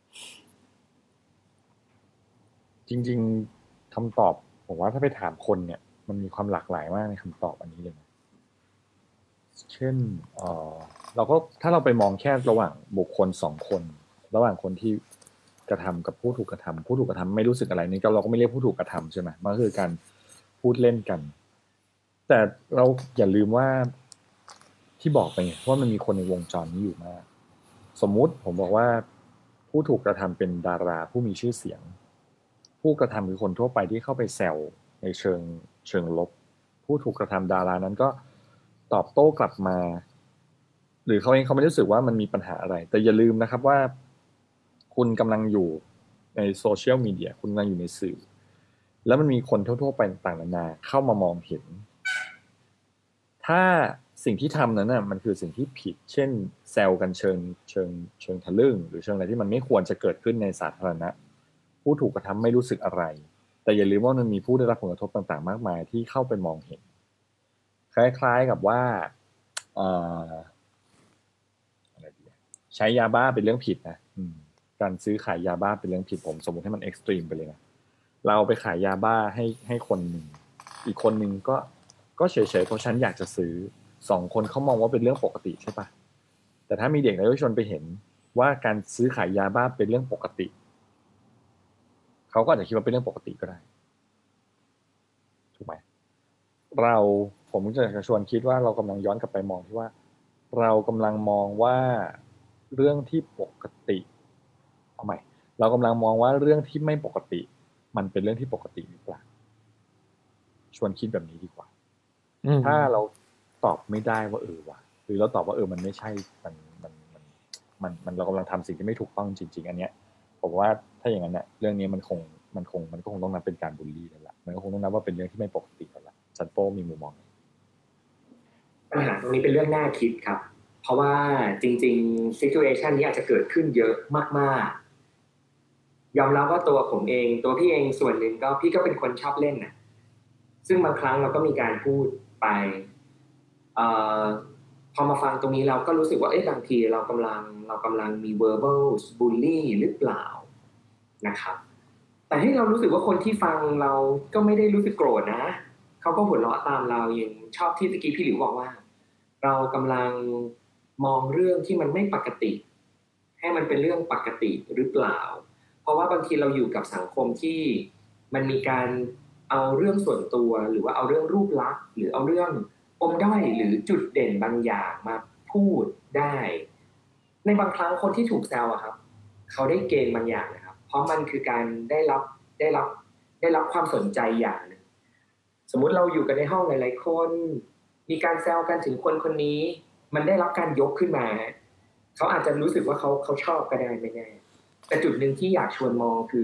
จริงๆคำตอบผมว่าถ้าไปถามคนเนี่ยมันมีความหลากหลายมากในคำตอบอันนี้เลยนะเช่นเราก็ถ้าเราไปมองแค่ระหว่างบุคคล2คนระหว่างคนที่กระทำกับผู้ถูกกระทำผู้ถูกกระทำไม่รู้สึกอะไรนี่เราก็ไม่เรียกผู้ถูกกระทำใช่ไหมมันก็คือการพูดเล่นกันแต่เราอย่าลืมว่าที่บอกไปว่ามันมีคนในวงจรนี้อยู่มากสมมุติผมบอกว่าผู้ถูกกระทำเป็นดาราผู้มีชื่อเสียงผู้กระทำคือคนทั่วไปที่เข้าไปแซวในเชิงลบผู้ถูกกระทำดารานั้นก็ตอบโต้กลับมาหรือเขาเองเขาไม่รู้สึกว่ามันมีปัญหาอะไรแต่อย่าลืมนะครับว่าคุณกำลังอยู่ในโซเชียลมีเดียคุณกำลังอยู่ในสื่อแล้วมันมีคนทั่วๆไปต่างๆนานาเข้ามามองเห็นถ้าสิ่งที่ทำนั้นน่ะมันคือสิ่งที่ผิดเช่นแซวกันเชิงทะลึ่งหรือเชิงอะไรที่มันไม่ควรจะเกิดขึ้นในสาธารณะผู้ถูกกระทำไม่รู้สึกอะไรแต่อย่าลืมว่ามันมีผู้ได้รับผลกระทบต่างๆมากมายที่เข้าไปมองเห็นคล้ายๆกับว่าอะไรดีใช้ยาบ้าเป็นเรื่องผิดนะการซื้อขายยาบ้าเป็นเรื่องผิดผมสมมติให้มันเอ็กซ์ตรีมไปเลยนะเราไปขายยาบ้าให้คนหนึ่งอีกคนหนึ่งก็เฉยๆเพราะฉันอยากจะซื้อ2คนเขามองว่าเป็นเรื่องปกติใช่ปะแต่ถ้ามีเด็กในเยาวชนไปเห็นว่าการซื้อขายยาบ้าเป็นเรื่องปกติเขาก็อาจจะคิดว่าเป็นเรื่องปกติก็ได้ถูกไหมผมจะชวนคิดว่าเรากำลังย้อนกลับไปมองที่ว่าเรากำลังมองว่าเรื่องที่ปกติเอาใหม่เรากำลังมองว่าเรื่องที่ไม่ปกติมันเป็นเรื่องที่ปกติหรือเปล่าชวนคิดแบบนี้ดีกว่าถ้าเราตอบไม่ได้ว่าว่ะหรือเราตอบว่ามันไม่ใช่มันเรากำลังทำสิ่งที่ไม่ถูกต้องจริงๆอันเนี้ยผมว่าถ้าอย่างนั้นเนี่ยเรื่องนี้มันคงต้องนับเป็นการบูลลี่แล้วล่ะมันก็คงต้องนับว่าเป็นเรื่องที่ไม่ปกติแล้วล่ะจันโป้มีมุมมองปัญหาตรงนี้เป็นเรื่องน่าคิดครับเพราะว่าจริงๆ situation นี้อาจจะเกิดขึ้นเยอะมากๆยอมรับว่าตัวผมเองตัวพี่เองส่วนหนึ่งก็พี่ก็เป็นคนชอบเล่นนะซึ่งบางครั้งเราก็มีการพูดไปพอมาฟังตรงนี้เราก็รู้สึกว่าบางทีเรากำลังมี verbal bully หรือเปล่านะครับแต่ให้เรารู้สึกว่าคนที่ฟังเราก็ไม่ได้รู้สึกโกรธนะเขาก็หัวเราะตามเราอย่างชอบที่ตะกี้พี่หลิวบอกว่าเรากำลังมองเรื่องที่มันไม่ปกติให้มันเป็นเรื่องปกติหรือเปล่าเพราะว่าบางทีเราอยู่กับสังคมที่มันมีการเอาเรื่องส่วนตัวหรือว่าเอาเรื่องรูปลักษณ์หรือเอาเรื่องปมด้อยหรือจุดเด่นบางอย่างมาพูดได้ในบางครั้งคนที่ถูกแซวอะครับเขาได้เกณฑ์บางอย่างนะครับเพราะมันคือการได้รับความสนใจอย่างนึงสมมุติเราอยู่กันในห้องหลายๆคนมีการแซวกันถึงคนคนนี้มันได้รับการยกขึ้นมาเขาอาจจะรู้สึกว่าเขาชอบก็ได้ไม่แน่แต่จุดหนึ่งที่อยากชวนมองคือ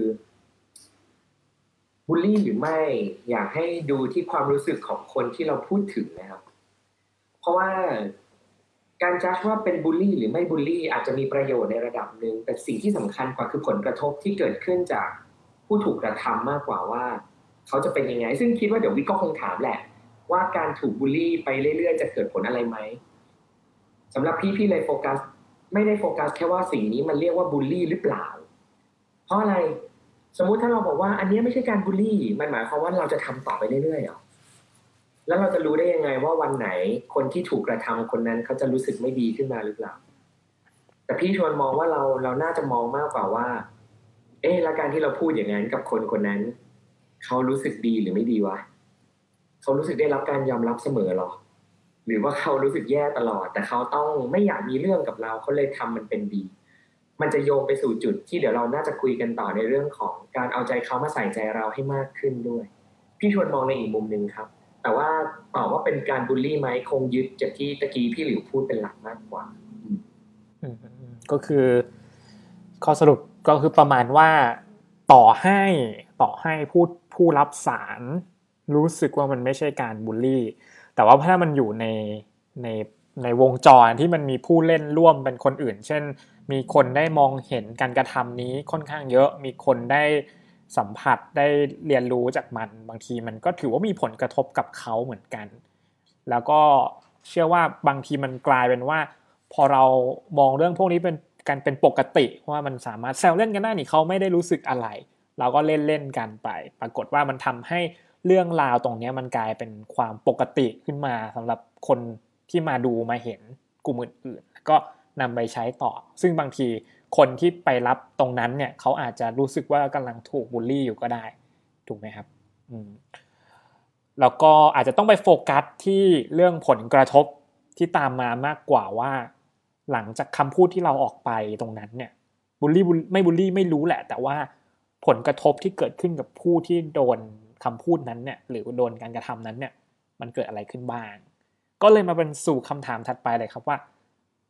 บูลลี่หรือไม่อยากให้ดูที่ความรู้สึกของคนที่เราพูดถึงนะครับเพราะว่าการจัดว่าเป็นบูลลี่หรือไม่บูลลี่อาจจะมีประโยชน์ในระดับหนึ่งแต่สิ่งที่สำคัญกว่าคือผลกระทบที่เกิดขึ้นจากผู้ถูกกระทำมากกว่าว่าเขาจะเป็นยังไงซึ่งคิดว่าเดี๋ยววิก็คงถามแหละว่าการถูกบูลลี่ไปเรื่อยๆจะเกิดผลอะไรไหมสำหรับพี่เลยไม่ได้โฟกัสแค่ว่าสิ่งนี้มันเรียกว่าบูลลี่หรือเปล่าเพราะอะไรสมมุติถ้าเราบอกว่าอันนี้ไม่ใช่การบูลลี่มันหมายความว่าเราจะทำต่อไปเรื่อยๆหรอแล้วเราจะรู้ได้ยังไงว่าวันไหนคนที่ถูกกระทำคนนั้นเขาจะรู้สึกไม่ดีขึ้นมาหรือเปล่าแต่พี่ชวนมองว่าเราน่าจะมองมากกว่าว่าแล้วการที่เราพูดอย่างนั้นกับคนคนนั้นเขารู้สึกดีหรือไม่ดีวะเขารู้สึกได้รับการยอมรับเสมอหรอหรือว่าเขารู้สึกแย่ตลอดแต่เขาต้องไม่อยากมีเรื่องกับเราเขาเลยทำมันเป็นดีมันจะโยงไปสู่จุดที่เดี๋ยวเราน่าจะคุยกันต่อในเรื่องของการเอาใจเขามาใส่ใจเราให้มากขึ้นด้วยพี่ชวนมองในอีกมุมนึงครับแต่ว่าตอบว่าเป็นการบูลลี่ไหมคงยึดจากที่ตะกี้พี่หลิวพูดเป็นหลักมากกว่าก็คือข้อสรุปก็คือประมาณว่าต่อให้ผู้รับสารรู้สึกว่ามันไม่ใช่การบูลลี่แต่ว่าถ้ามันอยู่ในวงจรที่มันมีผู้เล่นร่วมเป็นคนอื่นเช่นมีคนได้มองเห็นการกระทำนี้ค่อนข้างเยอะมีคนได้สัมผัสได้เรียนรู้จากมันบางทีมันก็ถือว่ามีผลกระทบกับเขาเหมือนกันแล้วก็เชื่อว่าบางทีมันกลายเป็นว่าพอเรามองเรื่องพวกนี้เป็นปกติว่ามันสามารถแซวเล่นกันได้นี่เขาไม่ได้รู้สึกอะไรเราก็เล่นกันไปปรากฏว่ามันทำให้เรื่องราวตรงนี้มันกลายเป็นความปกติขึ้นมาสำหรับคนที่มาดูมาเห็นกลุ่มอื่นๆแล้วก็นำไปใช้ต่อซึ่งบางทีคนที่ไปรับตรงนั้นเนี่ยเขาอาจจะรู้สึกว่ากำลังถูกบูลลี่อยู่ก็ได้ถูกไหมครับแล้วก็อาจจะต้องไปโฟกัสที่เรื่องผลกระทบที่ตามมามากกว่าว่าหลังจากคำพูดที่เราออกไปตรงนั้นเนี่ยบูลลี่ไม่บูลลี่ไม่รู้แหละแต่ว่าผลกระทบที่เกิดขึ้นกับผู้ที่โดนคำพูดนั้นเนี่ยหรือโดนการกระทำนั้นเนี่ยมันเกิดอะไรขึ้นบ้างก็เลยมาเป็นสู่คำถามถัดไปเลยครับว่า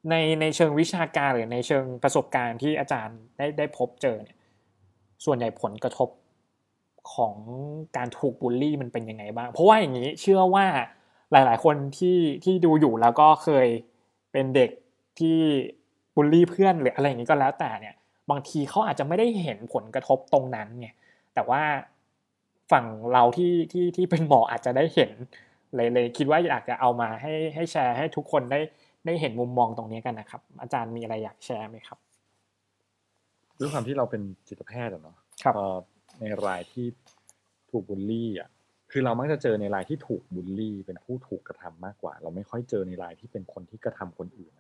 ในเชิงวิชาการหรือในเชิงประสบการณ์ที่อาจารย์ได้พบเจอเนี่ยส่วนใหญ่ผลกระทบของการถูกบูลลี่มันเป็นยังไงบ้างเพราะว่าอย่างนี้เชื่อว่าหลายๆคนที่ดูอยู่แล้วก็เคยเป็นเด็กที่บูลลี่เพื่อนหรืออะไรอย่างนี้ก็แล้วแต่เนี่ยบางทีเขาอาจจะไม่ได้เห็นผลกระทบตรงนั้นไงแต่ว่าฝั่งเราที่เป็นหมออาจจะได้เห็นเลยคิดว่าอยากจะเอามาให้แชร์ให้ทุกคนได้เห็นมุมมองตรงนี้กันนะครับอาจารย์มีอะไรอยากแชร์ไหมครับด้วยความที่เราเป็นจิตแพทย์เนาะพอในรายที่ถูกบูลลี่คือเรามักจะเจอในรายที่ถูกบูลลี่เป็นผู้ถูกกระทำมากกว่าเราไม่ค่อยเจอในรายที่เป็นคนที่กระทำคนอื่น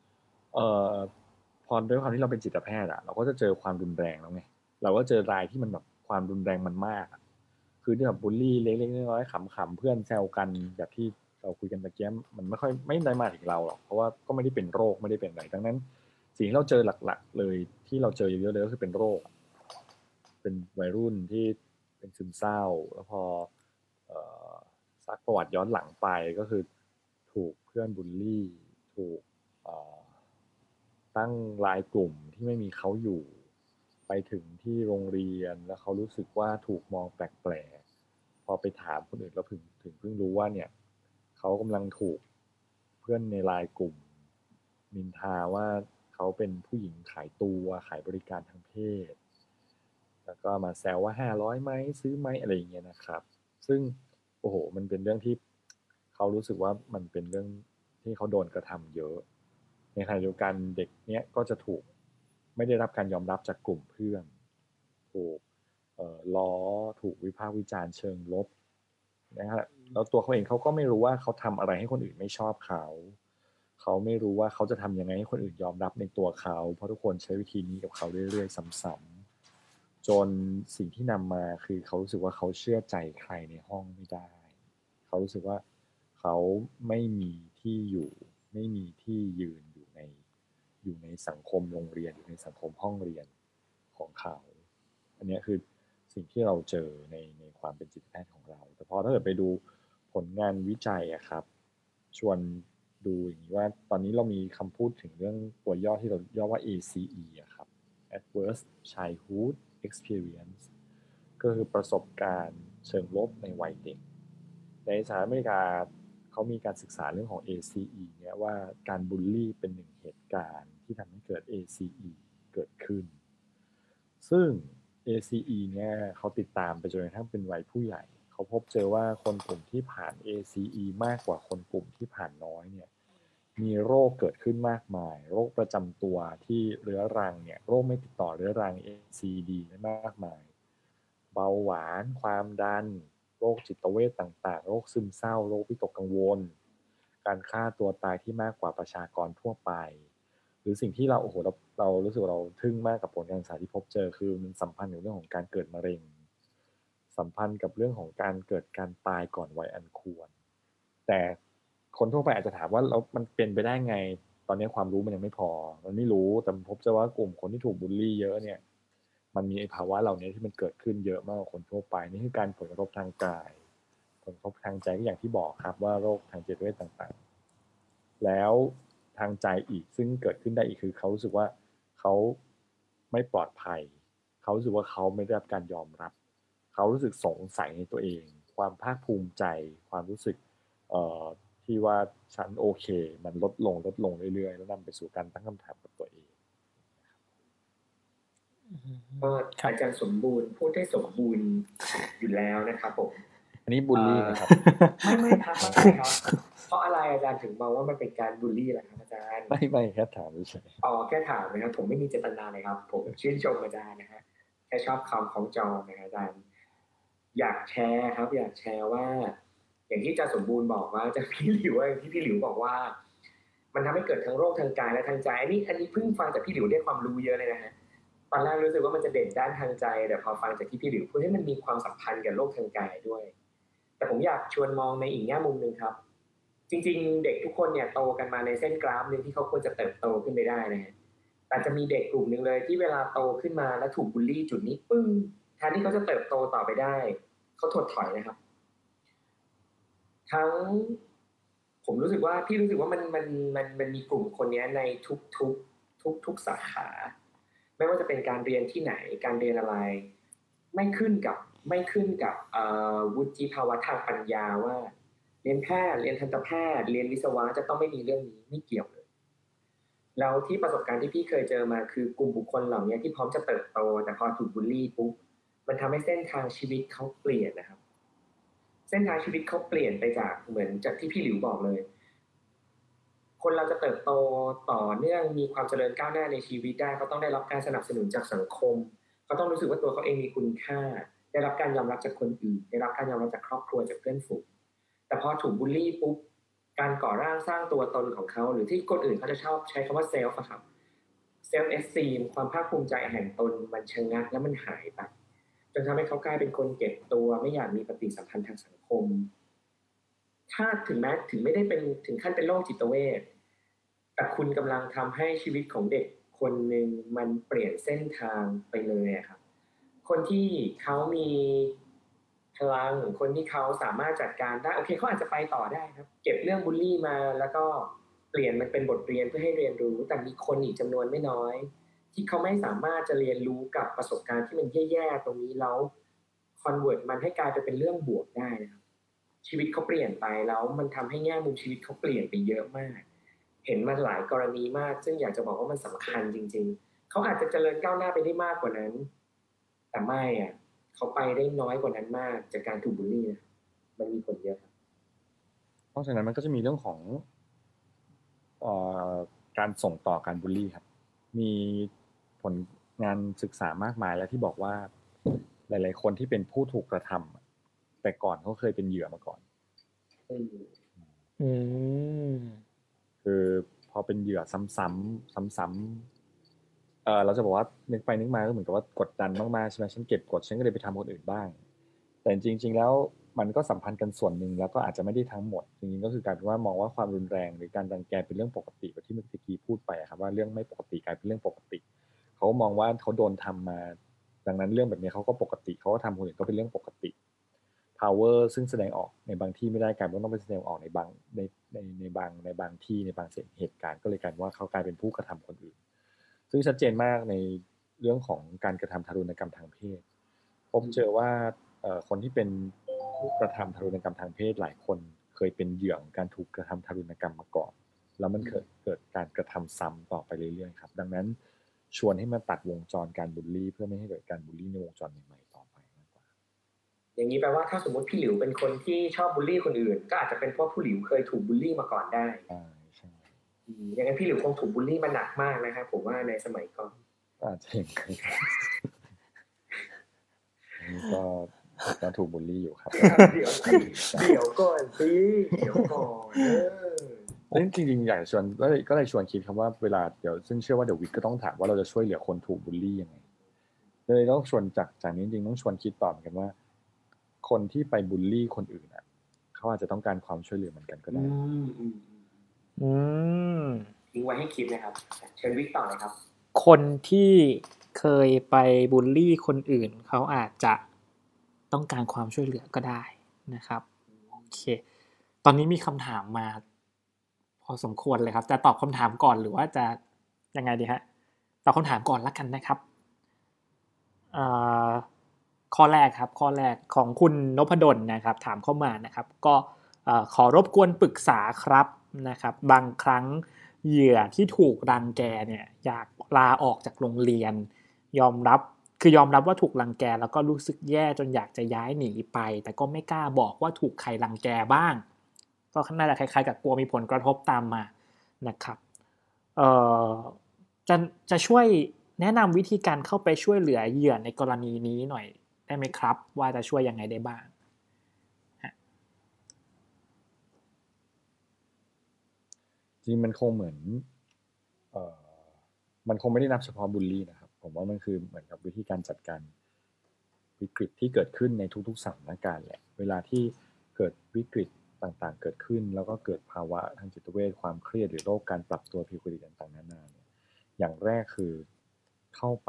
พอด้วยความที่เราเป็นจิตแพทย์เราก็จะเจอความรุนแรงแล้วไงเราก็เจอรายที่มันแบบความรุนแรงมันมากคือที่แบบบูลลี่เล็กๆน้อยๆขำๆเพื่อนแซวกันแบบที่เราคุยกันตะเกียบมันไม่ได้มาถึงเราหรอกเพราะว่าก็ไม่ได้เป็นโรคไม่ได้เป็นอะไรดังนั้นสิ่งที่เราเจอหลักๆเลยที่เราเจอเยอะๆเลยก็คือเป็นโรคเป็นวัยรุ่นที่เป็นซึมเศร้าแล้วพอซักประวัติย้อนหลังไปก็คือถูกเพื่อนบูลลี่ถูกตั้งรายกลุ่มที่ไม่มีเขาอยู่ไปถึงที่โรงเรียนแล้วเขารู้สึกว่าถูกมองแปลกๆพอไปถามคนอื่นแล้วถึงเพิ่งรู้ว่าเนี่ยเขากำลังถูกเพื่อนในรายกลุ่มนินทาว่าเขาเป็นผู้หญิงขายตัวขายบริการทางเพศแล้วก็มาแซวว่า500ไหมซื้อไหมอะไรอย่างเงี้ยนะครับซึ่งโอ้โหมันเป็นเรื่องที่เขารู้สึกว่ามันเป็นเรื่องที่เขาโดนกระทำเยอะในขณะเดียวกันเด็กเนี้ยก็จะถูกไม่ได้รับการยอมรับจากกลุ่มเพื่อนถูกล้อถูกวิพากษ์วิจารณ์เชิงลบนะครับแล้วตัวเขาเองเขาก็ไม่รู้ว่าเขาทำอะไรให้คนอื่นไม่ชอบเขาไม่รู้ว่าเขาจะทำยังไงให้คนอื่นยอมรับในตัวเขาเพราะทุกคนใช้วิธีนี้กับเขาเรื่อยๆซ้ำๆจนสิ่งที่นำมาคือเขารู้สึกว่าเขาเชื่อใจใครในห้องไม่ได้เขารู้สึกว่าเขาไม่มีที่อยู่ไม่มีที่ยืนอยู่ในสังคมโรงเรียนอยู่ในสังคมห้องเรียนของเขาอันนี้คือสิ่งที่เราเจอในความเป็นจิตแพทย์ของเราแต่พอถ้าเกิดไปดูผลงานวิจัยครับชวนดูอย่างนี้ว่าตอนนี้เรามีคำพูดถึงเรื่องตัวย่อที่เราย่อว่า ACE ครับ Adverse Childhood Experience ก็คือประสบการณ์เชิงลบในวัยเด็กในสหรัฐอเมริกาเขามีการศึกษาเรื่องของ ACE เนี่ยว่าการบูลลี่เป็นหนึ่งเหตุการณ์ที่ทำให้เกิด ACE เกิดขึ้นซึ่ง ACE เนี่ยเขาติดตามไปจนกระทั่งเป็นวัยผู้ใหญ่เขาพบเจอว่าคนกลุ่มที่ผ่าน ACE มากกว่าคนกลุ่มที่ผ่านน้อยเนี่ยมีโรคเกิดขึ้นมากมายโรคประจำตัวที่เรื้อรังเนี่ยโรคไม่ติดต่อเรื้อรัง NCD มากมายเบาหวานความดันโรคจิตเวชต่างๆโรคซึมเศร้าโรควิตกกังวลการฆ่าตัวตายที่มากกว่าประชากรทั่วไปหรือสิ่งที่เราเรารู้สึกเราทึ่งมากกับผลการศึกษาที่พบเจอคือมันสัมพันธ์กับเรื่องของการเกิดมะเร็งสัมพันธ์กับเรื่องของการเกิดการตายก่อนวัยอันควรแต่คนทั่วไปอาจจะถามว่าแล้วมันเป็นไปได้ไงตอนนี้ความรู้มันยังไม่พอมันไม่รู้แต่พบเจอว่ากลุ่มคนที่ถูกบูลลี่เยอะเนี่ยมันมีภาวะเหล่านี้ที่มันเกิดขึ้นเยอะมากกว่าคนทั่วไปนี่คือการผลกระทบทางกายผลกระทบทางใจก็อย่างที่บอกครับว่าโรคทางจิตเวชต่างๆแล้วทางใจอีกซึ่งเกิดขึ้นได้อีกคือเขารู้สึกว่าเขาไม่ปลอดภัยเขารู้สึกว่าเขาไม่ได้รับการยอมรับเขารู้สึกสงสัยในตัวเองความภาคภูมิใจความรู้สึกที่ว่าฉันโอเคมันลดลงเรื่อยๆแล้วนำไปสู่การตั้งคำถามกับตัวเองก็อาจารย์สมบูรณ์พูดได้สมบูรณ์อยู่แล้วนะครับผมอันนี้บูลลี่นะครับไม่ครับเพราะอะไรอาจารย์ถึงมองว่ามันเป็นการบูลลี่ล่ะครับอาจารย์ไม่แค่ถามเฉยแค่ถามนะครับผมไม่มีเจตนาเลยครับผมชื่นชมอาจารย์นะฮะแค่ชอบคำของจอนะครับอาจารย์อยากแชร์ครับอยากแชร์ว่าอย่างที่อาจารย์สมบูรณ์บอกว่าจะพี่หลิวที่พี่หลิวบอกว่ามันทำให้เกิดทั้งโรคทางกายและทางใจอันนี้เพิ่งฟังจากพี่หลิวได้ความรู้เยอะเลยนะฮะตอนแรกรู้สึกว่ามันจะเด่นด้านทางใจแต่พอฟังจากที่พี่หลิวพูดให้มันมีความสัมพันธ์กับโรคทางกายด้วยแต่ผมอยากชวนมองในอีกแง่มุมนึงครับจริงๆเด็กทุกคนเนี่ยโตกันมาในเส้นกราฟนึงที่เขาควรจะเติบโตขึ้นไปได้นะฮะแต่จะมีเด็กกลุ่มนึงเลยที่เวลาโตขึ้นมาแล้วถูกบูลลี่จุดนี้ปึ้งแทนที่เขาจะเติบโตต่อไปได้เขาถดถอยนะครับทั้งผมรู้สึกว่าพี่รู้สึกว่ามันมีกลุ่มคนนี้ในทุกสาขาไม่ว่าจะเป็นการเรียนที่ไหนการเรียนอะไรไม่ขึ้นกับวุฒิภาวะทางปัญญาว่าเรียนแพทย์เรียนทันตแพทย์เรียนวิศวะจะต้องไม่มีเรื่องนี้ไม่เกี่ยวเลยแล้วที่ประสบการณ์ที่พี่เคยเจอมาคือกลุ่มบุคคลเหล่านี้ที่พร้อมจะเติบโตแต่พอถูกบูลลี่ปุ๊บมันทำให้เส้นทางชีวิตเขาเปลี่ยนนะครับเส้นทางชีวิตเขาเปลี่ยนไปจากเหมือนจากที่พี่หลิวบอกเลยคนเราจะเติบโตต่อเนื่องมีความเจริญก้าวหน้าในชีวิตได้เขาต้องได้รับการสนับสนุนจากสังคมเขาต้องรู้สึกว่าตัวเขาเองมีคุณค่าได้รับการยอมรับจากคนอื่นได้รับการยอมรับจากครอบครัวจากเพื่อนฝูงแต่พอถูกบูลลี่ปุ๊บการก่อร่างสร้างตัวตนของเขาหรือที่คนอื่นเขาจะชอบใช้คำว่าเซลฟ์ครับเซลฟ์เอสตีมความภาคภูมิใจแห่งตนมันชะงักและมันหายไปจนทำให้เขากลายเป็นคนเก็บตัวไม่อยากมีปฏิสัมพันธ์ทางสังคมถ้าถึงไม่ได้เป็นถึงขั้นเป็นโรคจิตเวชแต่คุณกำลังทำให้ชีวิตของเด็กคนหนึ่งมันเปลี่ยนเส้นทางไปเลยครับคนที่เขามีพลังคนที่เขาสามารถจัดการได้โอเคเขาอาจจะไปต่อได้ครับเก็บเรื่องบูลลี่มาแล้วก็เปลี่ยนมันเป็นบทเรียนเพื่อให้เรียนรู้แต่มีคนอีกจำนวนไม่น้อยที่เขาไม่สามารถจะเรียนรู้กับประสบการณ์ที่มันแย่ๆตรงนี้แล้วคอนเวิร์ตมันให้กลายไปเป็นเรื่องบวกได้นะครับชีวิตเขาเปลี่ยนไปแล้วมันทำให้แง่มุมชีวิตเขาเปลี่ยนไปเยอะมากเห็นมาหลายกรณีมากซึ่งอยากจะบอกว่ามันสำคัญจริงๆเขาอาจจะเจริญก้าวหน้าไปได้มากกว่านั้นแต่ไม่เขาไปได้น้อยกว่านั้นมากจากการถูกบูลลี่นะมันมีผลเยอะครับเพราะฉะนั้นมันก็จะมีเรื่องของการส่งต่อการบูลลี่ครับมีผลงานศึกษามากมายแล้วที่บอกว่าหลายๆคนที่เป็นผู้ถูกกระทำแต่ก่อนเขาเคยเป็นเหยื่อมาก่อนคือพอเป็นเหยื่อซ้ำๆเราจะบอกว่านึกไปนึกมาก็เหมือนกับว่ากดดันมากๆใช่ไหมฉันเก็บกดฉันก็เลยไปทำคนอื่นบ้างแต่จริงๆแล้วมันก็สัมพันธ์กันส่วนหนึ่งแล้วก็อาจจะไม่ได้ทั้งหมดจริงๆก็คือการว่ามองว่าความรุนแรงหรือการรังแกเป็นเรื่องปกติแบบที่เมื่อกี้พูดไปครับว่าเรื่องไม่ปกติกลายเป็นเรื่องปกติเขามองว่าเขาโดนทำมาดังนั้นเรื่องแบบนี้เขาก็ปกติเขาก็ทำคนอื่นก็เป็นเรื่องปกติ power ซึ่งแสดงออกในบางที่ไม่ได้กลายเป็นต้องไปแสดงออกในบางในบางที่ในบางเหตุการณ์ก็เลยกลายเป็นว่าเขากลายเป็นผู้กระทำคนอื่นซึ่งชัดเจนมากในเรื่องของการกระทำทารุณกรรมทางเพศผมเจอว่าคนที่เป็นผู้กระทำทารุณกรรมทางเพศหลายคนเคยเป็นเหยื่อของการถูกกระทำทารุณกรรมมาก่อนแล้วมันเกิดการกระทำซ้ำต่อไปเรื่อยๆครับดังนั้นชวนให้มาตัดวงจรการบูลลี่เพื่อไม่ให้เกิดการบูลลี่ในวงจรใหม่ๆต่อไปมากกว่าอย่างนี้แปลว่าถ้าสมมติพี่หลิวเป็นคนที่ชอบบูลลี่คนอื่นก็อาจจะเป็นเพราะผู้หลิวเคยถูกบูลลี่มาก่อนได้ใช่อย่างนั้นพี่หลิวคงถูกบูลลี่มาหนักมากนะครับผมว่าในสมัยก่อนอาจจะอย่างนั้นก็ถูกบูลลี่อยู่ครับเดี๋ยวก่อนสิเดี๋ยวก่อนจริงๆอยากชวนก็เลยชวนคิดครับว่าเวลาเดี๋ยวซึ่งเชื่อว่าเดี๋ยววิทย์ก็ต้องถามว่าเราจะช่วยเหลือคนถูกบูลลี่ยังไงเลยต้องชวนจากนี้จริงๆต้องชวนคิดต่อเหมือนกันว่าคนที่ไปบูลลี่คนอื่นเขาอาจจะต้องการความช่วยเหลือเหมือนกันก็ได้ทิ้งไว้ให้คิดนะครับเชิญวิทย์ต่อเลยครับคนที่เคยไปบูลลี่คนอื่นเขาอาจจะต้องการความช่วยเหลือก็ได้นะครับโอเคตอนนี้มีคำถามมาพอสมควรเลยครับจะตอบคำถามก่อนหรือว่าจะยังไงดีฮะตอบคำถามก่อนละกันนะครับข้อแรกครับข้อแรกของคุณนพดลนะครับถามเข้ามานะครับก็ขอรบกวนปรึกษาครับนะครับบางครั้งเหยื่อที่ถูกรังแกเนี่ยอยากลาออกจากโรงเรียนยอมรับว่าถูกรังแกแล้วก็รู้สึกแย่จนอยากจะย้ายหนีไปแต่ก็ไม่กล้าบอกว่าถูกใครรังแกบ้างก็น่าจะคล้ายๆกับกลัวมีผลกระทบตามมานะครับจะช่วยแนะนำวิธีการเข้าไปช่วยเหลือเหยื่อในกรณีนี้หน่อยได้ไหมครับว่าจะช่วยยังไงได้บ้างจริงมันคงเหมือนมันคงไม่ได้นับเฉพาะบูลลี่นะครับผมว่ามันคือเหมือนกับวิธีการจัดการวิกฤตที่เกิดขึ้นในทุกๆสถานการณ์แหละเวลาที่เกิดวิกฤตต่างๆเกิดขึ้นแล้วก็เกิดภาวะทางจิตเวชความเครียดหรือโรคการปรับตัวผิดปกติต่างๆนานาเนี่ยอย่างแรกคือเข้าไป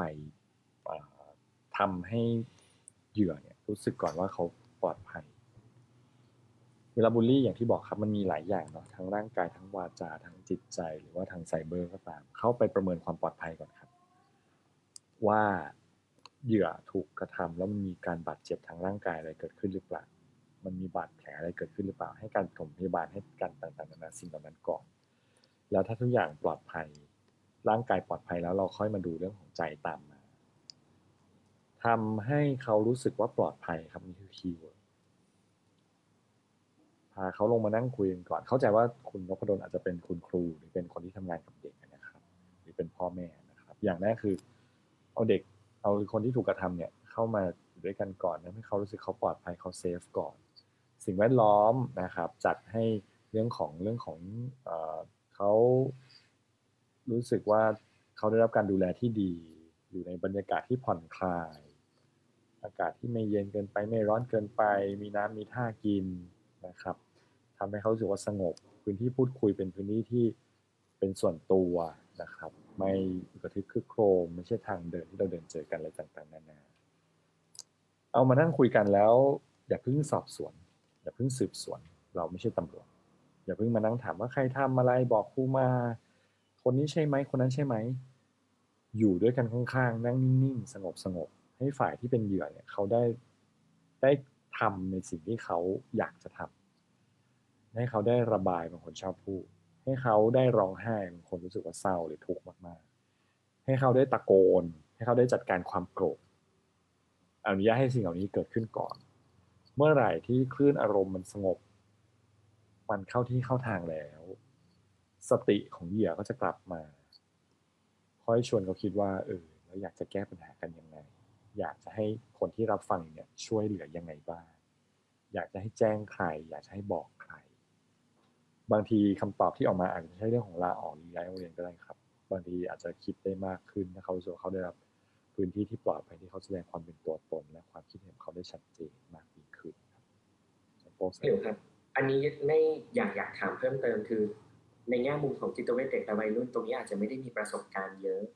ทำให้เหยื่อเนี่ยรู้สึกก่อนว่าเขาปลอดภัยเวลาบูลลี่อย่างที่บอกครับมันมีหลายอย่างเนาะทั้งร่างกายทั้งวาจาทั้งจิตใจหรือว่าทางไซเบอร์ก็ตามเข้าไปประเมินความปลอดภัยก่อนครับว่าเหยื่อถูกกระทำแล้วมันมีการบาดเจ็บทางร่างกายอะไรเกิดขึ้นหรือเปล่ามันมีบาดแผลอะไรเกิดขึ้นหรือเปล่าให้การปฐมพยาบาลให้การต่างๆนานาสิ่งเหล่านั้นก่อนแล้วถ้าทุกอย่างปลอดภัยร่างกายปลอดภัยแล้วเราค่อยมาดูเรื่องของใจตามมาทำให้เขารู้สึกว่าปลอดภัยครับนี่คือคีย์เวิร์ดพาเขาลงมานั่งคุยกันก่อนเข้าใจว่าคุณนพดลอาจจะเป็นคุณครูหรือเป็นคนที่ทำงานกับเด็กนะครับหรือเป็นพ่อแม่นะครับอย่างแรกคือเอาคนที่ถูกกระทำเนี่ยเข้ามาอยู่ด้วยกันก่อนนะให้เขารู้สึกเขาปลอดภัยเขาเซฟก่อนสิ่งแวดล้อมนะครับจัดให้เรื่องของเขารู้สึกว่าเขาได้รับการดูแลที่ดีอยู่ในบรรยากาศที่ผ่อนคลายอากาศที่ไม่เย็นเกินไปไม่ร้อนเกินไปมีน้ำมีท่ากินนะครับทำให้เขารู้สึกว่าสงบพื้นที่พูดคุยเป็นพื้นที่ที่เป็นส่วนตัวนะครับไม่กระทึกครึกโครมไม่ใช่ทางเดินที่เราเดินเจอกันอะไรต่างๆนานาเอามานั่งคุยกันแล้วอย่าเพิ่งสอบสวนอย่าเพิ่งสืบสวนเราไม่ใช่ตำรวจอย่าเพิ่งมานั่งถามว่าใครทำอะไรบอกครูมาคนนี้ใช่ไหมคนนั้นใช่ไหมอยู่ด้วยกันข้างๆนั่งนิ่งๆสงบให้ฝ่ายที่เป็นเหยื่อเนี่ยเขาได้ทำในสิ่งที่เขาอยากจะทำให้เขาได้ระบายบางคนชอบพูดให้เขาได้ร้องไห้บางคนรู้สึกว่าเศร้าหรือทุกข์มากๆให้เขาได้ตะโกนให้เขาได้จัดการความโกรธอนุญาตให้สิ่งเหล่านี้เกิดขึ้นก่อนเมื่อไหร่ที่คลื่นอารมณ์มันสงบมันเข้าที่เข้าทางแล้วสติของเหยื่อก็จะกลับมาค่อยชวนเขาคิดว่าเราอยากจะแก้ปัญหากันยังไงอยากจะให้คนที่รับฟังเนี่ยช่วยเหลือยังไงบ้างอยากจะให้แจ้งใครอยากจะให้บอกใครบางทีคำตอบที่ออกมาอาจจะใช่เรื่องของลาออกหรือย้ายโรงเรียนก็ได้ครับบางทีอาจจะคิดได้มากขึ้นถ้าเขารู้สึกว่าเขาได้รับพื้นที่ที่ปลอดภัยที่เขาแสดงความเป็นตัวตนและความคิดเห็นเขาได้ชัดเจนมากยิ่งขึ้นเดี๋ยวครับอันนี้ไม่อยากถามเพิ่มเติมคือในแง่มุมของจิตเวชเด็กและวัยรุ่นตรงนี้อาจจะไม่ได้มีประสบการณ์เยอะ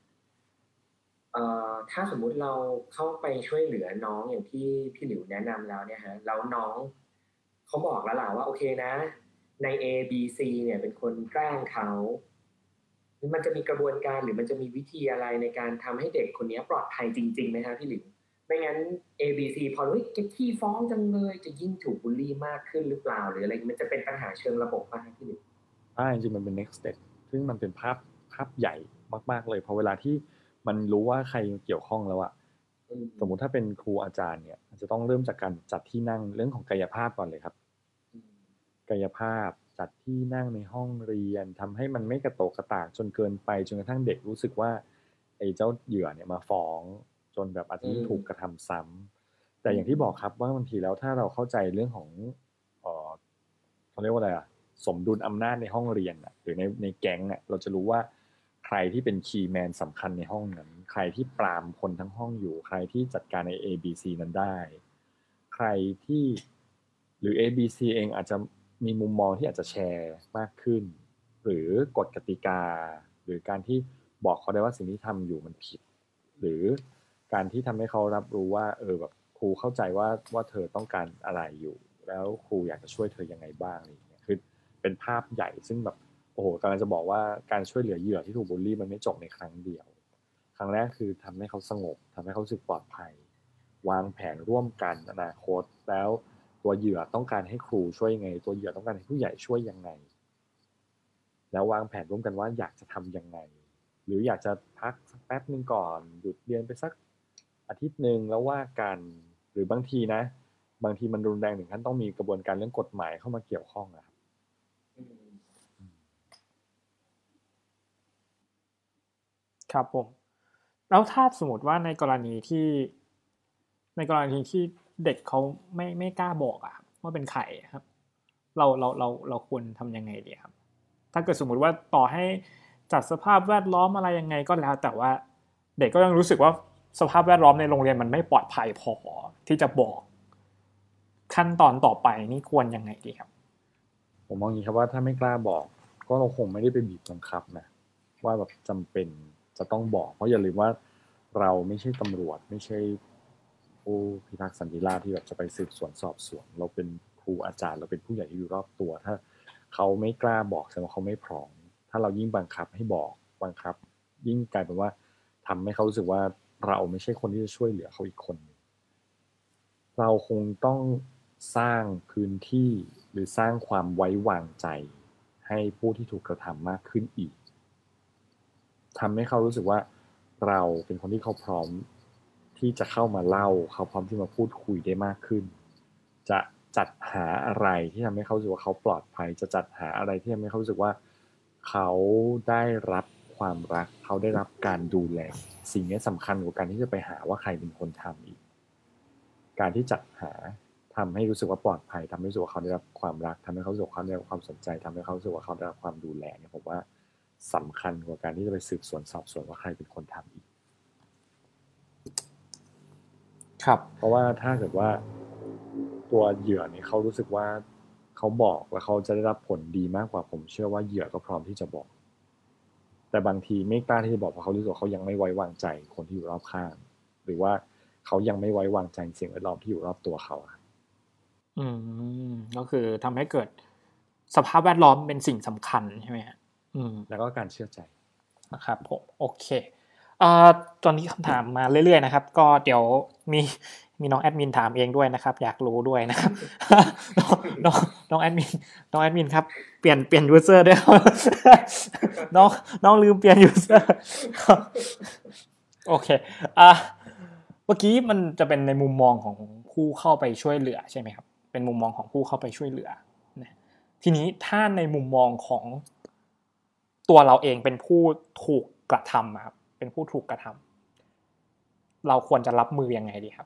ถ้าสมมุติเราเข้าไปช่วยเหลือน้องอย่างที่พี่หลิวแนะนำแล้วเนี่ยฮะแล้วน้องเขาบอกแล้วล่ะว่าโอเคนะใน A B C เนี่ยเป็นคนแกล้งเขามันจะมีกระบวนการหรือมันจะมีวิธีอะไรในการทำให้เด็กคนนี้ปลอดภัยจริงๆไหมครับพี่หลิวไม่งั้น A B C พอเฮ้ยแกขี้ฟ้องจังเลยจะยิ่งถูกบูลลี่มากขึ้นหรือเปล่าหรืออะไรมันจะเป็นปัญหาเชิงระบบป่ะครับพี่หลิวจริงๆมันเป็น next step ซึ่งมันเป็นภาพใหญ่มากๆเลยพอเวลาที่มันรู้ว่าใครเกี่ยวข้องแล้วอะสมมุติถ้าเป็นครูอาจารย์เนี่ยจะต้องเริ่มจากการจัดที่นั่งเรื่องของกายภาพก่อนเลยครับกายภาพจัดที่นั่งในห้องเรียนทำให้มันไม่กระโตกกระตากจนเกินไปจนกระทั่งเด็กรู้สึกว่าไอ้เจ้าเหยื่อเนี่ยมาฟ้องจนแบบอาจจะถูกกระทำซ้ำแต่อย่างที่บอกครับว่าบางทีแล้วถ้าเราเข้าใจเรื่องของเขาเรียกว่าอะไรอะสมดุลอำนาจในห้องเรียนหรือในแก๊งเราจะรู้ว่าใครที่เป็นคีย์แมนสำคัญในห้องนั้นใครที่ปรามคนทั้งห้องอยู่ใครที่จัดการใน ABC นั้นได้ใครที่หรือ ABC เองอาจจะมีมุมมองที่อาจจะแชร์มากขึ้นหรือกฎกติกาหรือการที่บอกเขาได้ว่าสิ่งที่ทำอยู่มันผิดหรือการที่ทำให้เขารับรู้ว่าแบบครูเข้าใจว่าเธอต้องการอะไรอยู่แล้วครูอยากจะช่วยเธอยังไงบ้างอะไรอย่างเงี้ยคือเป็นภาพใหญ่ซึ่งแบบโอ้โหกำลังจะบอกว่าการช่วยเหลือเหยื่อที่ถูกบูลลี่มันไม่จบในครั้งเดียวครั้งแรกคือทำให้เขาสงบทำให้เขารู้สึกปลอดภัยวางแผนร่วมกันอนาคตแล้วตัวเหยื่อต้องการให้ครูช่วยยังไงตัวเหยื่อต้องการให้ผู้ใหญ่ช่วยยังไงแล้ววางแผนร่วมกันว่าอยากจะทำยังไงหรืออยากจะพักสักแป๊บนึงก่อนหยุดเรียนไปสักอาทิตย์นึงแล้วว่ากันหรือบางทีมันรุนแรงถึงขั้นต้องมีกระบวนการเรื่องกฎหมายเข้ามาเกี่ยวข้องนะครับครับผมแล้วถ้าสมมติว่าในกรณีที่เด็กเขาไม่กล้าบอกอะว่าเป็นใครครับเราควรทำยังไงดีครับถ้าเกิดสมมติว่าต่อให้จัดสภาพแวดล้อมอะไรยังไงก็แล้วแต่ว่าเด็กก็ยังรู้สึกว่าสภาพแวดล้อมในโรงเรียนมันไม่ปลอดภัยพอที่จะบอกขั้นตอนต่อไปนี่ควรยังไงดีครับผมมองอย่างนี้ครับว่าถ้าไม่กล้าบอกก็เราคงไม่ได้ไปบีบบังคับนะว่าแบบจำเป็นจะต้องบอกเพราะอย่าลืมว่าเราไม่ใช่ตำรวจไม่ใช่ผู้พิทักษ์สันติราษฎร์ที่แบบจะไปสืบสวนสอบสวนเราเป็นครูรูอาจารย์เราเป็นผู้ใหญ่ที่อยู่รอบตัวถ้าเขาไม่กล้าบอกแสดงว่าเขาไม่พร้อมถ้าเรายิ่งบังคับให้บอกบังคับยิ่งกลายเป็นว่าทำให้เขารู้สึกว่าเราไม่ใช่คนที่จะช่วยเหลือเขาอีกคนนึงเราคงต้องสร้างพื้นที่หรือสร้างความไว้วางใจให้ผู้ที่ถูกกระทำมากขึ้นอีกทำให้เขารู้สึกว่าเราเป็นคนที่เขาพร้อมที่จะเข้ามาเล่าเขาพร้อมที่มาพูดคุยได้มากขึ้นจะจัดหาอะไรที่ทำให้เขารู้สึกว่าเขาปลอดภัยจะจัดหาอะไรที่ทำให้เขารู้สึกว่าเขาได้รับความรักเขาได้รับการดูแลสิ่งนี้สำคัญกว่าการที่จะไปหาว่าใครเป็นคนทำอีกการที่จัดหาทำให้รู้สึกว่าปลอดภัยทำให้รู้สึกว่าเขาได้รับความรักทำให้เขารู้สึกว่าเขาได้รับความสนใจทำให้เขารู้สึกว่าเขาได้รับความดูแลเนี่ยผมว่าสำคัญกว่าการที่จะไปสืบสวนสอบสวนว่าใครเป็นคนทำอีกครับเพราะว่าถ้าเกิดว่าตัวเหยื่อเนี่ยเขารู้สึกว่าเขาบอกแล้วเขาจะได้รับผลดีมากกว่าผมเชื่อว่าเหยื่อก็พร้อมที่จะบอกแต่บางทีไม่กล้าที่จะบอกเพราะเขารู้สึกว่าเขายังไม่ไว้วางใจคนที่อยู่รอบข้างหรือว่าเขายังไม่ไว้วางใจสิ่งแวดล้อมที่อยู่รอบตัวเขาก็คือทำให้เกิดสภาพแวดล้อมเป็นสิ่งสำคัญใช่ไหมฮะแล้วก็การเชื่อใจนะครับผมโอเคตอนนี้คำถามมาเรื่อยๆนะครับก็เดี๋ยวมีน้องแอดมินถามเองด้วยนะครับอยากรู้ด้วยนะครับ น้องแอดมินครับเปลี่ยนยูเซอร์ด้วย น้องลืมเปลี่ยนยูเซอร์โอเคเมื่อกี้มันจะเป็นในมุมมองของผู้เข้าไปช่วยเหลือใช่ไหมครับเป็นมุมมองของผู้เข้าไปช่วยเหลือทีนี้ถ้าในมุมมองของตัวเราเองเป็นผู้ถูกกระทำครับเป็นผู้ถูกกระทำเราควรจะรับมือยังไงดีครับ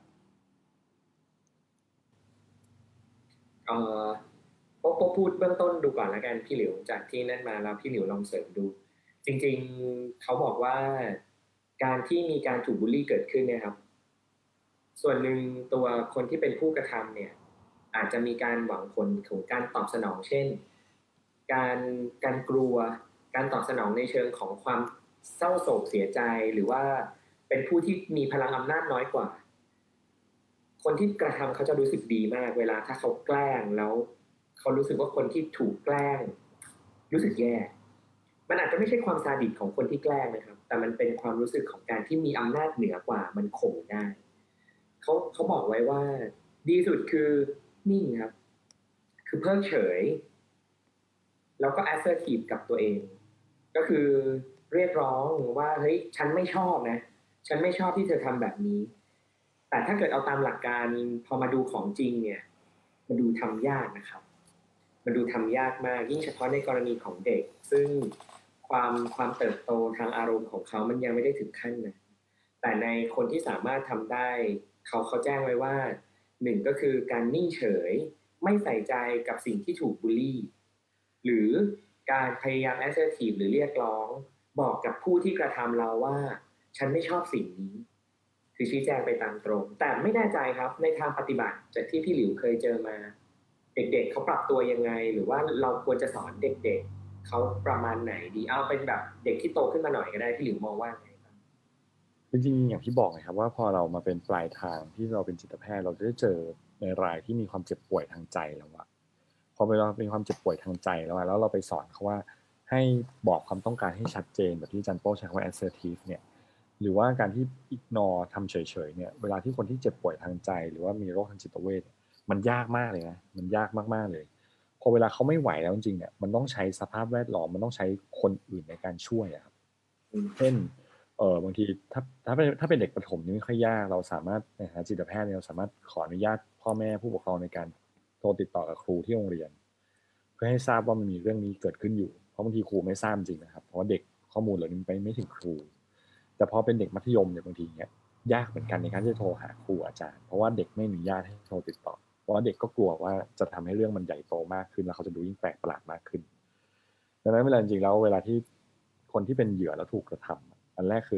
ก็พูดเบื้องต้นดูก่อนแล้วกันพี่หลิวจากที่นั่นมาแล้วพี่หลิวลองเสริมดูจริงๆเขาบอกว่าการที่มีการถูกบูลลี่เกิดขึ้นเนี่ยครับส่วนหนึ่งตัวคนที่เป็นผู้กระทำเนี่ยอาจจะมีการหวังผลของการตอบสนองเช่นการกลัวการตอบสนองในเชิงของความเศร้าโศกเสียใจหรือว่าเป็นผู้ที่มีพลังอำนาจน้อยกว่าคนที่กระทำเขาจะรู้สึกดีมากเวลาถ้าเขาแกล้งแล้วเขารู้สึกว่าคนที่ถูกแกล้งรู้สึกแย่มันอาจจะไม่ใช่ความซาดิสของคนที่แกล้งนะครับแต่มันเป็นความรู้สึกของการที่มีอำนาจเหนือกว่ามันข่มได้เขาบอกไว้ว่าดีสุดคือนิ่งครับคือเพิกเฉยแล้วก็ assertive กับตัวเองก็คือเรียกร้องว่าเฮ้ยฉันไม่ชอบนะฉันไม่ชอบที่เธอทำแบบนี้แต่ถ้าเกิดเอาตามหลักการพอมาดูของจริงเนี่ยมันดูทำยากนะครับมันดูทำยากมากยิ่งเฉพาะในกรณีของเด็กซึ่งความเติบโตทางอารมณ์ของเขามันยังไม่ได้ถึงขั้นนะแต่ในคนที่สามารถทำได้เขาแจ้งไว้ว่าหนึ่งก็คือการนิ่งเฉยไม่ใส่ใจกับสิ่งที่ถูกบูลลี่หรือการพยายาม assertive หรือเรียกร้องบอกกับผู้ที่กระทำเราว่าฉันไม่ชอบสิ่งนี้คือชี้แจงไปตามตรงแต่ไม่แน่ใจครับในทางปฏิบัติจากที่พี่หลิวเคยเจอมาเด็กๆเขาปรับตัวยังไงหรือว่าเราควรจะสอนเด็กๆเขาประมาณไหนดีเอาเป็นแบบเด็กที่โตขึ้นมาหน่อยก็ได้พี่หลิวมองว่าไงครับจริงๆอย่างที่บอกนะครับว่าพอเรามาเป็นปลายทางที่เราเป็นจิตแพทย์เราจะได้เจอในรายที่มีความเจ็บป่วยทางใจแล้วอะพอเราเป็นความเจ็บป่วยทางใจแล้วเราไปสอนเขาว่าให้บอกความต้องการให้ชัดเจนแบบที่อาจารย์โป้ใช้คำว่า assertive เนี่ยหรือว่าการที่ ignore ทำเฉยๆเนี่ยเวลาที่คนที่เจ็บป่วยทางใจหรือว่ามีโรคทางจิตเวชมันยากมากเลยนะมันยากมากๆเลยพอเวลาเขาไม่ไหวแล้วจริงๆเนี่ยมันต้องใช้สภาพแวดล้อมมันต้องใช้คนอื่นในการช่วยครับเช่นบางทีถ้าเป็นเด็กประถมนี่ไม่ค่อยยากเราสามารถในฐานะจิตแพทย์เราสามารถขออนุญาตพ่อแม่ผู้ปกครองในการโทรติดต่อกับครูที่โรงเรียนเพื่อให้ทราบว่ามันมีเรื่องนี้เกิดขึ้นอยู่เพราะบางทีครูไม่ทราบจริงนะครับเพราะว่าเด็กข้อมูลเหล่านี้ไปไม่ถึงครูแต่พอเป็นเด็กมัธยมเนี่ยบางทีเนี่ยยากเหมือนกันในการที่จะโทรหาครูอาจารย์เพราะว่าเด็กไม่อนุญาตให้โทรติดต่อเพราะว่าเด็กก็กลัวว่าจะทำให้เรื่องมันใหญ่โตมากขึ้นแล้วเขาจะดูยิ่งแปลกประหลาดมากขึ้นดังนั้นเวลาจริงๆแล้วเวลาที่คนที่เป็นเหยื่อแล้วถูกกระทำอันแรกคื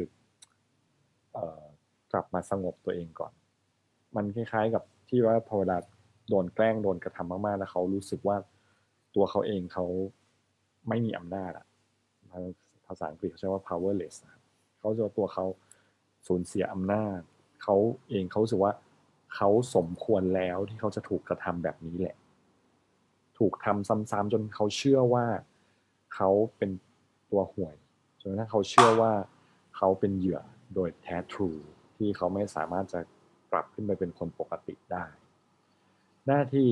อกลับมาสงบตัวเองก่อนมันคล้ายๆกับที่ว่าพอเวลาโดนแกล้งโดนกระทำมากๆแล้วเขารู้สึกว่าตัวเขาเองเขาไม่มีอำนาจภาษาอังกฤษเขาใช้ว่า powerless เขาจะตัวเขาสูญเสียอำนาจเขาเองเขารู้สึกว่าเขาสมควรแล้วที่เขาจะถูกกระทำแบบนี้แหละถูกทำซ้ำๆจนเขาเชื่อว่าเขาเป็นตัวห่วยจนกระทั่งเขาเชื่อว่าเขาเป็นเหยื่อโดยแท้ทรูที่เขาไม่สามารถจะกลับขึ้นไปเป็นคนปกติได้หน้าที่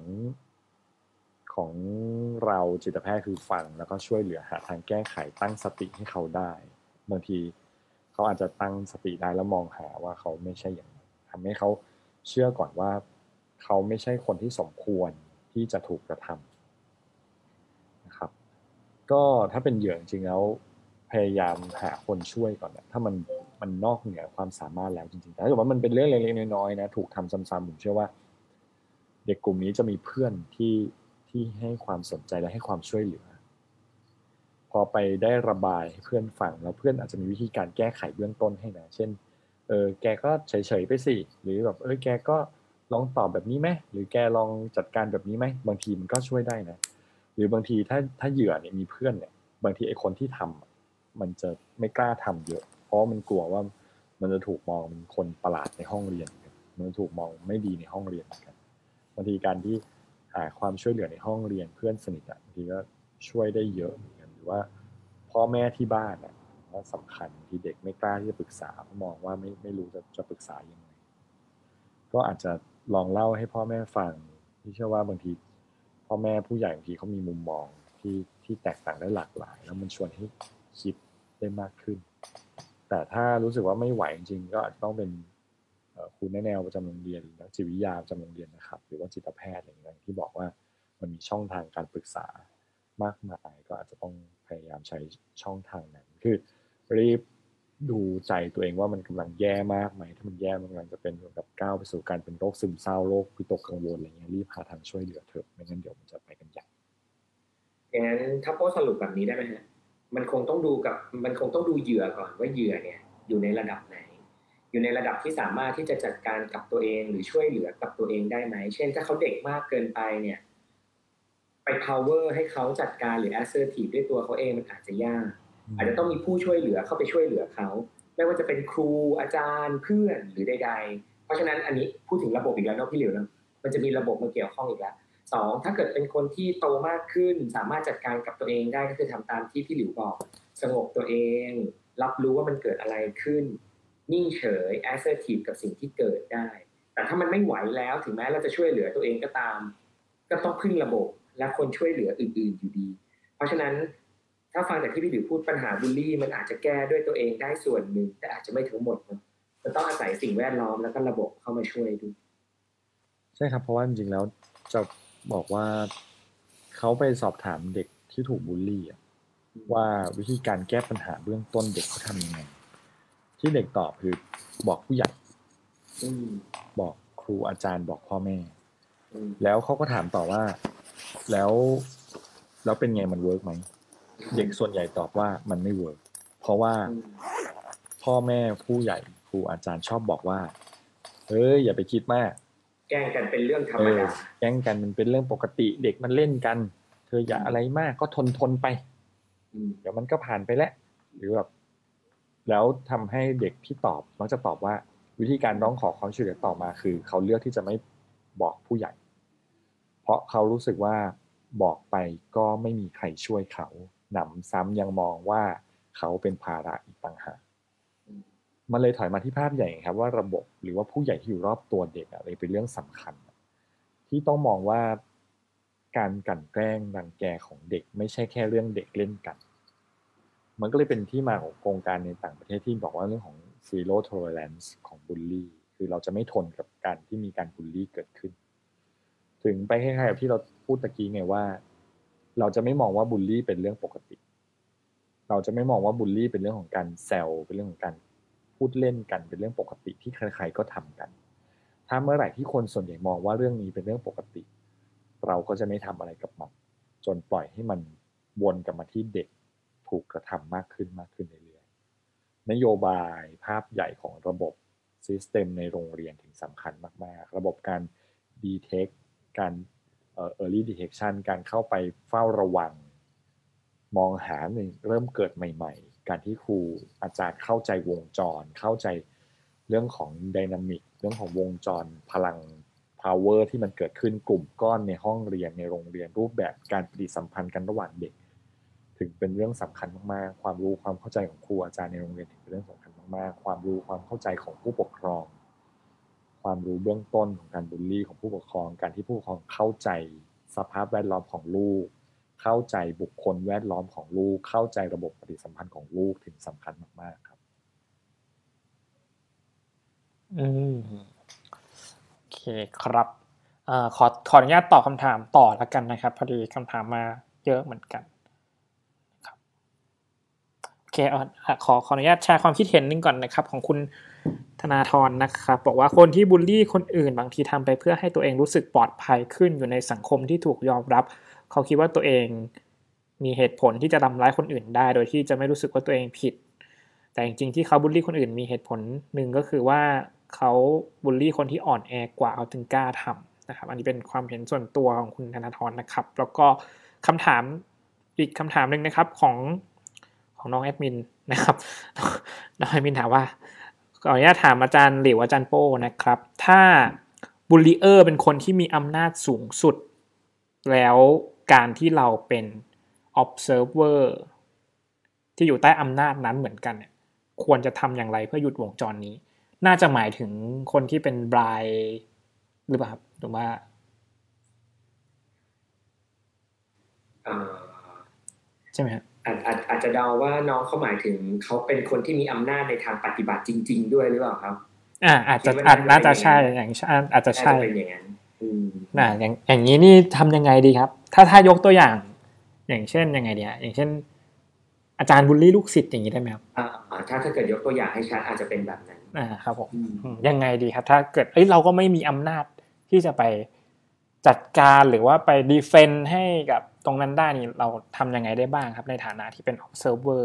ของเราจิตแพทย์คือฟังแล้วก็ช่วยเหลือหาทางแก้ไขตั้งสติให้เขาได้บางทีเขาอาจจะตั้งสติได้แล้วมองหาว่าเขาไม่ใช่อย่างนั้นทำให้เขาเชื่อก่อนว่าเขาไม่ใช่คนที่สมควรที่จะถูกกระทำนะครับก็ถ้าเป็นเหยื่อจริงๆแล้วพยายามหาคนช่วยก่อนนะถ้ามันนอกเหนือความสามารถแล้วจริงๆแต่ถ้าเกิดว่ามันเป็นเรื่องเล็กๆน้อยๆนะถูกทำซ้ำๆผมเชื่อว่าเด็กกลุ่มนี้จะมีเพื่อนที่ให้ความสนใจและให้ความช่วยเหลือพอไปได้ระบายให้เพื่อนฟังแล้วเพื่อนอาจจะมีวิธีการแก้ไขเบื้องต้นให้นะเช่นแกก็เฉยๆไปสิหรือแบบแกก็ลองตอบแบบนี้ไหมหรือแกลองจัดการแบบนี้ไหมบางทีมันก็ช่วยได้นะหรือบางทีถ้าเหยื่อเนี่ยมีเพื่อนเนี่ยบางทีไอ้คนที่ทำมันจะไม่กล้าทำเยอะเพราะมันกลัวว่ามันจะถูกมองเป็นคนประหลาดในห้องเรียนมันถูกมองไม่ดีในห้องเรียนเหมือนกันบางทีการที่หาความช่วยเหลือในห้องเรียนเพื่อนสนิทบางทีก็ช่วยได้เยอะเหมือนกันหรือว่าพ่อแม่ที่บ้านว่าสำคัญที่เด็กไม่กล้าที่จะปรึกษาเพราะมองว่าไม่รู้จะปรึกษายังไงก็อาจจะลองเล่าให้พ่อแม่ฟังที่เชื่อว่าบางทีพ่อแม่ผู้ใหญ่บางทีเขามีมุมมองที่แตกต่างได้หลากหลายแล้วมันชวนให้คิดได้มากขึ้นแต่ถ้ารู้สึกว่าไม่ไหวจริงๆก็อาจจะต้องเป็นครูแนวประจำโรงเรียนหรือนักจิตวิทยาประจำโรงเรียนนะครับหรือว่าจิตแพทย์อะไรอย่างเงี้ยที่บอกว่ามันมีช่องทางการปรึกษามากมายก็อาจจะต้องพยายามใช้ช่องทางนั้นคือรีบดูใจตัวเองว่ามันกำลังแย่มากไหมถ้ามันแย่มันกำลังจะเป็นแบบก้าวไปสู่การเป็นโรคซึมเศร้าโรควิตกกังวลอะไรเงี้ยรีบหาทางช่วยเหลือเถอะไม่งั้นเดี๋ยวมันจะไปกันใหญ่อย่างนั้นถ้าโพสสรุปแบบนี้ได้ไหมฮะมันคงต้องดูเหยื่อก่อนว่าเหยื่อเนี่ยอยู่ในระดับไหนอยู่ในระดับที่สามารถที่จะจัดการกับตัวเองหรือช่วยเหลือกับตัวเองได้ไหมเช่นถ้าเขาเด็กมากเกินไปเนี่ยไป power ให้เขาจัดการหรือ assertive ด้วยตัวเขาเองมันอาจจะยากอาจจะต้องมีผู้ช่วยเหลือเข้าไปช่วยเหลือเขาไม่ว่าจะเป็นครูอาจารย์เพื่อนหรือใดๆเพราะฉะนั้นอันนี้พูดถึงระบบอีกแล้วเนาะพี่หลิวนะมันจะมีระบบมาเกี่ยวข้องอีกแล้ว2ถ้าเกิดเป็นคนที่โตมากขึ้นสามารถจัดการกับตัวเองได้ก็คือทำตามที่พี่หลิวบอกสงบตัวเองรับรู้ว่ามันเกิดอะไรขึ้นนิ่งเฉย assertive กับสิ่งที่เกิดได้แต่ถ้ามันไม่ไหวแล้วถึงแม้เราจะช่วยเหลือตัวเองก็ตามก็ต้องพึ่งระบบและคนช่วยเหลืออื่นๆอยู่ดีเพราะฉะนั้นถ้าฟังจากที่พี่หลิวพูดปัญหาบูลลี่มันอาจจะแก้ด้วยตัวเองได้ส่วนหนึ่งแต่อาจจะไม่ทั้งหมดนะมันต้องอาศัยสิ่งแวดล้อมแล้วก็ระบบเข้ามาช่วยด้วยใช่ครับเพราะว่าจริงๆแล้วจะบอกว่าเขาไปสอบถามเด็กที่ถูกบูลลี่ว่าวิธีการแก้ปัญหาเบื้องต้นเด็กเขาทำยังไงที่เด็กตอบคือบอกผู้ใหญ่บอกครูอาจารย์บอกพ่อแม่แล้วเขาก็ถามต่อว่าแล้วเป็นไงมันเวิร์กไหมเด็กส่วนใหญ่ตอบว่ามันไม่เวิร์กเพราะว่าพ่อแม่ผู้ใหญ่ครูอาจารย์ชอบบอกว่าอย่าไปคิดมากแกล้งกันเป็นเรื่องธรรมดาแกล้งกันมันเป็นเรื่องปกติเด็กมันเล่นกันเธออย่าอะไรมากก็ทนไปเดี๋ยวมันก็ผ่านไปแล้วหรือแบบแล้วทำให้เด็กที่ตอบมักจะตอบว่าวิธีการร้องขอความช่วยเหลือต่อมาคือเขาเลือกที่จะไม่บอกผู้ใหญ่เพราะเขารู้สึกว่าบอกไปก็ไม่มีใครช่วยเขาหนำซ้ำยังมองว่าเขาเป็นภาระอีกต่างหากมันเลยถอยมาที่ภาพใหญ่ครับว่าระบบหรือว่าผู้ใหญ่ที่อยู่รอบตัวเด็กอะไรเป็นเรื่องสำคัญที่ต้องมองว่าการกลั่นแกล้งรังแกของเด็กไม่ใช่แค่เรื่องเด็กเล่นกันมันก็เลยเป็นที่มาของโครงการในต่างประเทศที่บอกว่าเรื่องของ zero tolerance ของบูลลี่คือเราจะไม่ทนกับการที่มีการบูลลี่เกิดขึ้นถึงไปคล้ายๆกับที่เราพูดตะกี้ไงว่าเราจะไม่มองว่าบูลลี่เป็นเรื่องปกติเราจะไม่มองว่าบูลลี่เป็นเรื่องของการแซวเป็นเรื่องของการพูดเล่นกันเป็นเรื่องปกติที่ใครๆก็ทำกันถ้าเมื่อไหร่ที่คนส่วนใหญ่มองว่าเรื่องนี้เป็นเรื่องปกติเราก็จะไม่ทำอะไรกับมันจนปล่อยให้มันวนกลับมาที่เด็กถูกกระทำมากขึ้นเรื่อยๆนโยบายภาพใหญ่ของระบบซิสเต็มในโรงเรียนถึงสำคัญมากๆระบบการ detect การearly detection การเข้าไปเฝ้าระวังมองหาเริ่มเกิดใหม่ๆการที่ครูอาจารย์เข้าใจวงจรเข้าใจเรื่องของไดนามิกเรื่องของวงจรพ power ที่มันเกิดขึ้นกลุ่มก้อนในห้องเรียนในโรงเรียนรูปแบบการปฏิสัมพันธ์กันระหว่างเด็กถึงเป็นเรื่องสำคัญมากๆความรู้ความเข้าใจของครูอาจารย์ในโรงเรียนถึงเป็นเรื่องสำคัญมากๆความรู้ความเข้าใจของผู้ปกครองความรู้เบื้องต้นของการบูลลี่ของผู้ปกครองการที่ผู้ปกครองเข้าใจสภาพแวดล้อมของลูกเข้าใจบุคคลแวดล้อมของลูกเข้าใจระบบปฏิสัมพันธ์ของลูกถึงสำคัญมากๆครับโอเคครับขออนุญาตตอบคำถามต่อแล้วกันนะครับพอดีคำถามมาเยอะเหมือนกันครับโอเคขออนุญาตแชร์ความคิดเห็นนึงก่อนนะครับของคุณธนาธรนะครับบอกว่าคนที่บูลลี่คนอื่นบางทีทำไปเพื่อให้ตัวเองรู้สึกปลอดภัยขึ้นอยู่ในสังคมที่ถูกยอมรับเขาคิดว่าตัวเองมีเหตุผลที่จะทำร้ายคนอื่นได้โดยที่จะไม่รู้สึกว่าตัวเองผิดแต่จริงๆที่เขาบูลลี่คนอื่นมีเหตุผลหนึ่งก็คือว่าเขาบูลลี่คนที่อ่อนแอกว่าเขาถึงกล้าทำนะครับอันนี้เป็นความเห็นส่วนตัวของคุณธนาธรนะครับแล้วก็คำถามอีกคำถามนึงนะครับของน้องแอดมินนะครับน้องแอดมินถามว่าขออนุญาตถามอาจารย์หลิวอาจารย์โป้นะครับถ้าบูลลีเออร์เป็นคนที่มีอำนาจสูงสุดแล้วการที่เราเป็น observer ที่อยู่ใต้อำนาจนั้นเหมือนกันเนี่ยควรจะทำอย่างไรเพื่อหยุดวงจรนี้น่าจะหมายถึงคนที่เป็นบรายหรือเปล่าครับหรือว่าใช่ไหมครับอาจจะเดาว่าน้องเขาหมายถึงเขาเป็นคนที่มีอำนาจในทางปฏิบัติจริงๆด้วยหรือเปล่าครับอาจจะน่าจะใช่อย่างอาจจะใช่เป็นอย่างนั้นอย่างนี้นี่ทำยังไงดีครับถ้ายกตัวอย่างอย่างเช่นยังไงดีฮะอย่างเช่นอาจารย์บูลลี่ลูกศิษย์อย่างนี้ได้ไหมครับถ้าเกิดยกตัวอย่างให้ชัดอาจจะเป็นแบบนั้นครับผมยังไงดีครับถ้าเกิดเราก็ไม่มีอำนาจที่จะไปจัดการหรือว่าไปดีเฟนด์ให้กับตรงนั้นได้นี่เราทำยังไงได้บ้างครับในฐานะที่เป็น observer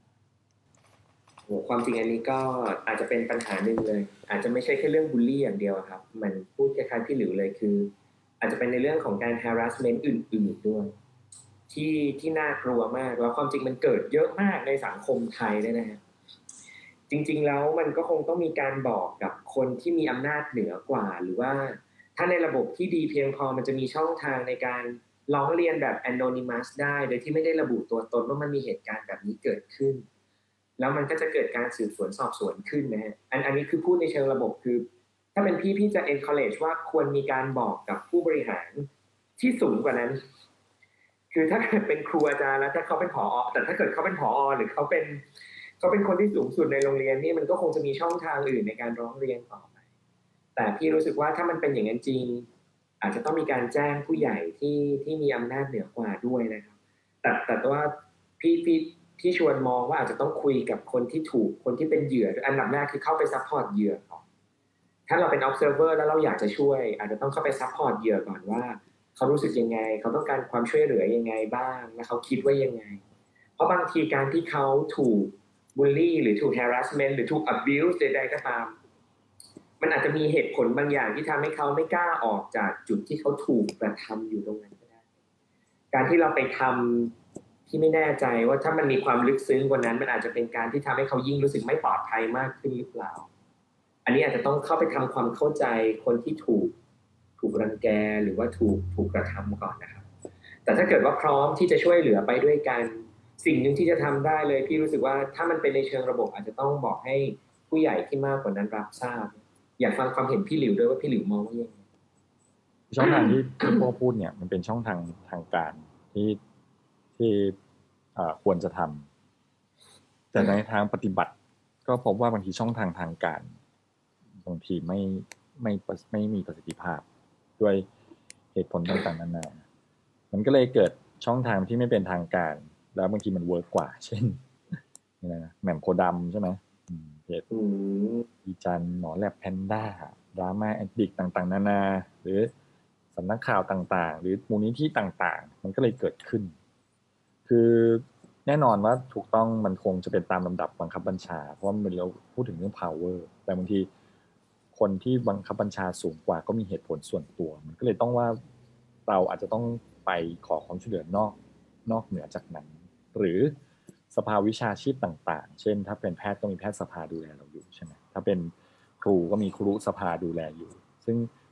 ความจริงอันนี้ก็อาจจะเป็นปัญหาหนึ่งเลยอาจจะไม่ใช่แค่เรื่องบูลลี่อย่างเดียวครับมันพูดคล้ายๆพี่หลิวเลยคืออาจจะเป็นในเรื่องของการ harassment อื่นๆด้วยที่น่ากลัวมากแล้วความจริงมันเกิดเยอะมากในสังคมไทยเลยนะฮะจริงๆแล้วมันก็คงต้องมีการบอกกับคนที่มีอำนาจเหนือกว่าหรือว่าถ้าในระบบที่ดีเพียงพอมันจะมีช่องทางในการร้องเรียนแบบ anonymous ได้โดยที่ไม่ได้ระบุตัวตนว่ามันมีเหตุการณ์แบบนี้เกิดขึ้นแล้วมันก็จะเกิดการสืบสวนสอบสวนขึ้นนะฮะอันนี้คือพูดในเชิงระบบคือถ้าเป็นพี่จะ encourage ว่าควรมีการบอกกับผู้บริหารที่สูงกว่านั้นคือถ้าเกิดเป็นครูอาจารย์แล้วถ้าเขาเป็นผอ.แต่ถ้าเกิดเขาเป็นผอ.หรือเขาเป็นคนที่สูงสุดในโรงเรียนนี่มันก็คงจะมีช่องทางอื่นในการร้องเรียนต่อไปแต่พี่รู้สึกว่าถ้ามันเป็นอย่างนั้นจริงอาจจะต้องมีการแจ้งผู้ใหญ่ที่มีอำนาจเหนือกว่าด้วยนะครับแต่ว่าพี่ชวนมองว่าอาจจะต้องคุยกับคนที่เป็นเหยื่ออันดับแรกคือเข้าไปซัพพอร์ตเหยื่อก่อนถ้าเราเป็น observer แล้วเราอยากจะช่วยอาจจะต้องเข้าไปซัพพอร์ตเหยื่อก่อนว่าเขารู้สึกยังไงเขาต้องการความช่วยเหลือยังไงบ้างและเขาคิดว่ายังไงเพราะบางทีการที่เขาถูกบูลลี่หรือถูก harassment หรือถูก abuse ใดๆก็ตามมันอาจจะมีเหตุผลบางอย่างที่ทำให้เขาไม่กล้าออกจากจุดที่เขาถูกกระทำอยู่ตรงนั้นก็ได้การที่เราไปทำที่ไม่แน่ใจว่าถ้ามันมีความลึกซึ้งกว่านั้นมันอาจจะเป็นการที่ทำให้เขายิ่งรู้สึกไม่ปลอดภัยมากขึ้นหรือเปล่าอันนี้อาจจะต้องเข้าไปทำความเข้าใจคนที่ถูกรังแกหรือว่าถูกกระทำก่อนนะครับแต่ถ้าเกิดว่าพร้อมที่จะช่วยเหลือไปด้วยกันสิ่งหนึ่งที่จะทำได้เลยพี่รู้สึกว่าถ้ามันเป็นในเชิงระบบอาจจะต้องบอกให้ผู้ใหญ่ที่มากกว่านั้นรับทราบอยากฟังความเห็นพี่หลิวด้วยว่าพี่หลิวมองว่ายังไงช่องทางที่พ่อพูดเนี่ยมันเป็นช่องทางการที่ควรจะทำแต่ในทางปฏิบัติก็พบว่าบางทีช่องทางการบางทีไม่มีประสิทธิภาพด้วยเหตุผลต่างๆนานามันก็เลยเกิดช่องทางที่ไม่เป็นทางการแล้วบางทีมันเวิร์กกว่าเช่นนี่นะแหม่มโพดำใช่ไหมเพจอีจันหมอแลบแพนด้าดราม่าแอนติกต่างๆนานาหรือสำนักข่าวต่างๆหรือมูลนิธิต่างๆมันก็เลยเกิดขึ้นคือแน่นอนว่าถูกต้องมันคงจะเป็นตามลำดับบังคับบัญชาเพราะว่าเราพูดถึงเรื่อง power แต่บางทีคนที่บังคับบัญชาสูงกว่าก็มีเหตุผลส่วนตัวมันก็เลยต้องว่าเราอาจจะต้องไปขอความช่วยเหลือนอกเหนือจากนั้นหรือสภาวิชาชีพต่างๆเช่นถ้าเป็นแพทย์ก็มีแพทยสภาดูแลเราอยู่ใช่ไหมถ้าเป็นครูก็มีครูสภาดูแลอยู่ซึ่ง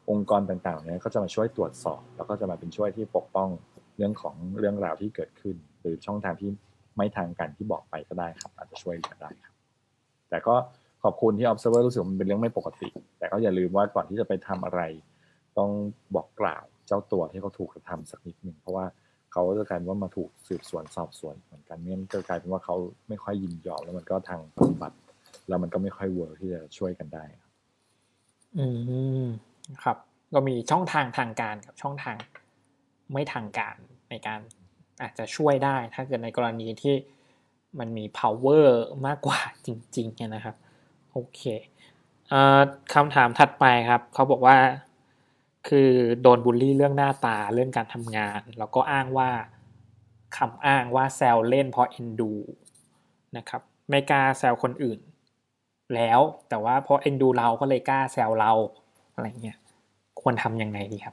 องค์กรต่างๆเนี่ยก็จะมาช่วยตรวจสอบแล้วก็จะมาเป็นช่วยที่ปกป้องเรื่องราวที่เกิดขึ้นหรือช่องทางที่ไม่ทางการที่บอกไปก็ได้ครับอาจจะช่วยเหลือได้ครับแต่ก็ขอบคุณที่ observer รู้สึกมันเป็นเรื่องไม่ปกติแต่ก็อย่าลืมว่าก่อนที่จะไปทำอะไรต้องบอกกล่าวเจ้าตัวที่เขาถูกกระทำสักนิดนึงเพราะว่าเขาจะกลายเป็นว่ามาถูกสืบสวนสอบสวนเหมือนกันเนี่ยก็กลายเป็นว่าเขาไม่ค่อยยินยอมแล้วมันก็ทางปฏิบัติแล้วมันก็ไม่ค่อยเวิร์กที่จะช่วยกันได้ครับก็มีช่องทางทางการกับช่องทางไม่ทางการในการอาจจะช่วยได้ถ้าเกิดในกรณีที่มันมี power มากกว่าจริงๆนะครับโอเคคำถามถัดไปครับเขาบอกว่าคือโดนบูลลี่เรื่องหน้าตาเรื่องการทำงานแล้วก็อ้างว่าคำอ้างว่าแซวเล่นเพราะเอ็นดูนะครับไม่กล้าแซวคนอื่นแล้วแต่ว่าเพราะเอ็นดูเราก็เลยกล้าแซวเราอะไรเงี้ยควรทำยังไงดีครับ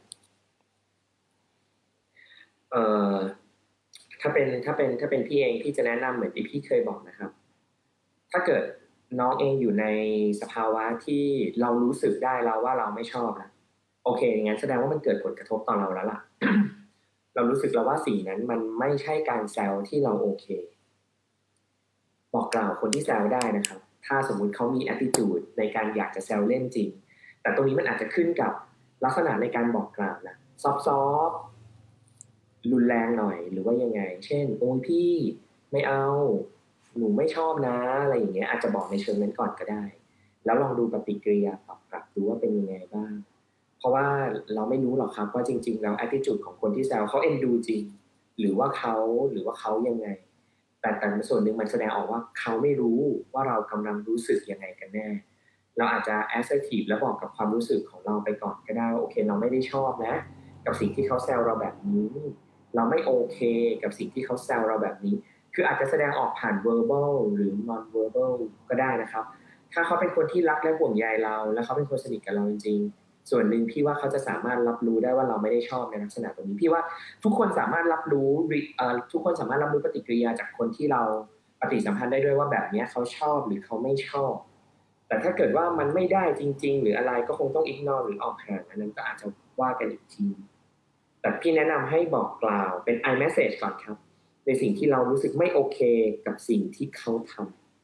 ถ้าเป็นพี่เองพี่จะแนะนำเหมือนที่พี่เคยบอกนะครับถ้าเกิดน้องเองอยู่ในสภาวะที่เรารู้สึกได้แล้วว่าเราไม่ชอบนะโอเคงั้นแสดงว่ามันเกิดผลกระทบต่อเราแล้วล่ะ เรารู้สึกแล้วว่าสิ่งนั้นมันไม่ใช่การแซวที่เราโอเคบอกกล่าวคนที่แซวได้นะครับถ้าสมมุติเขามี attitude ในการอยากจะแซวเล่นจริงแต่ตรงนี้มันอาจจะขึ้นกับลักษณะในการบอกกล่าวนะซอฟต์รุนแรงหน่อยหรือว่ายังไงเช่นโอ้ยพี่ไม่เอาหนูไม่ชอบนะอะไรอย่างเงี้ยอาจจะบอกในเชิงนั้นก่อนก็ได้แล้วลองดูปฏิกิริยาตอบกลับดูว่าเป็นยังไงบ้างเพราะว่าเราไม่รู้หรอกครับว่าจริงๆแล้ว attitude ของคนที่แซวเขาเอ็นดูจริงหรือว่าเขายังไงแต่ส่วนหนึ่งมันแสดงออกว่าเขาไม่รู้ว่าเรากำลังรู้สึกยังไงกันแน่เราอาจจะ assertive แล้วบอกกับความรู้สึกของเราไปก่อนก็ได้โอเคเราไม่ได้ชอบนะกับสิ่งที่เขาแซวเราแบบนี้เราไม่โอเคกับสิ่งที่เขาแซวเราแบบนี้คืออาจจะแสดงออกผ่าน verbal หรือ non verbal ก็ได้นะครับถ้าเขาเป็นคนที่รักและห่วงใยเราและเขาเป็นคนสนิทกับเราจริงๆส่วนหนึ่งพี่ว่าเขาจะสามารถรับรู้ได้ว่าเราไม่ได้ชอบในลักษณะตรงนี้พี่ว่าทุกคนสามารถรับรู้ทุกคนสามารถรับรู้ปฏิกิริยาจากคนที่เราปฏิสัมพันธ์ได้ด้วยว่าแบบนี้เขาชอบหรือเขาไม่ชอบแต่ถ้าเกิดว่ามันไม่ได้จริงๆหรืออะไรก็คงต้อง ignore หรือออกห่างอันนั้นก็อาจจะว่ากันอีกทีแต่พี่แนะนำให้บอกกล่าวเป็น iMessage ก่อนครับในสิ่งที่เรารู้สึกไม่โอเคกับสิ่งที่เขาท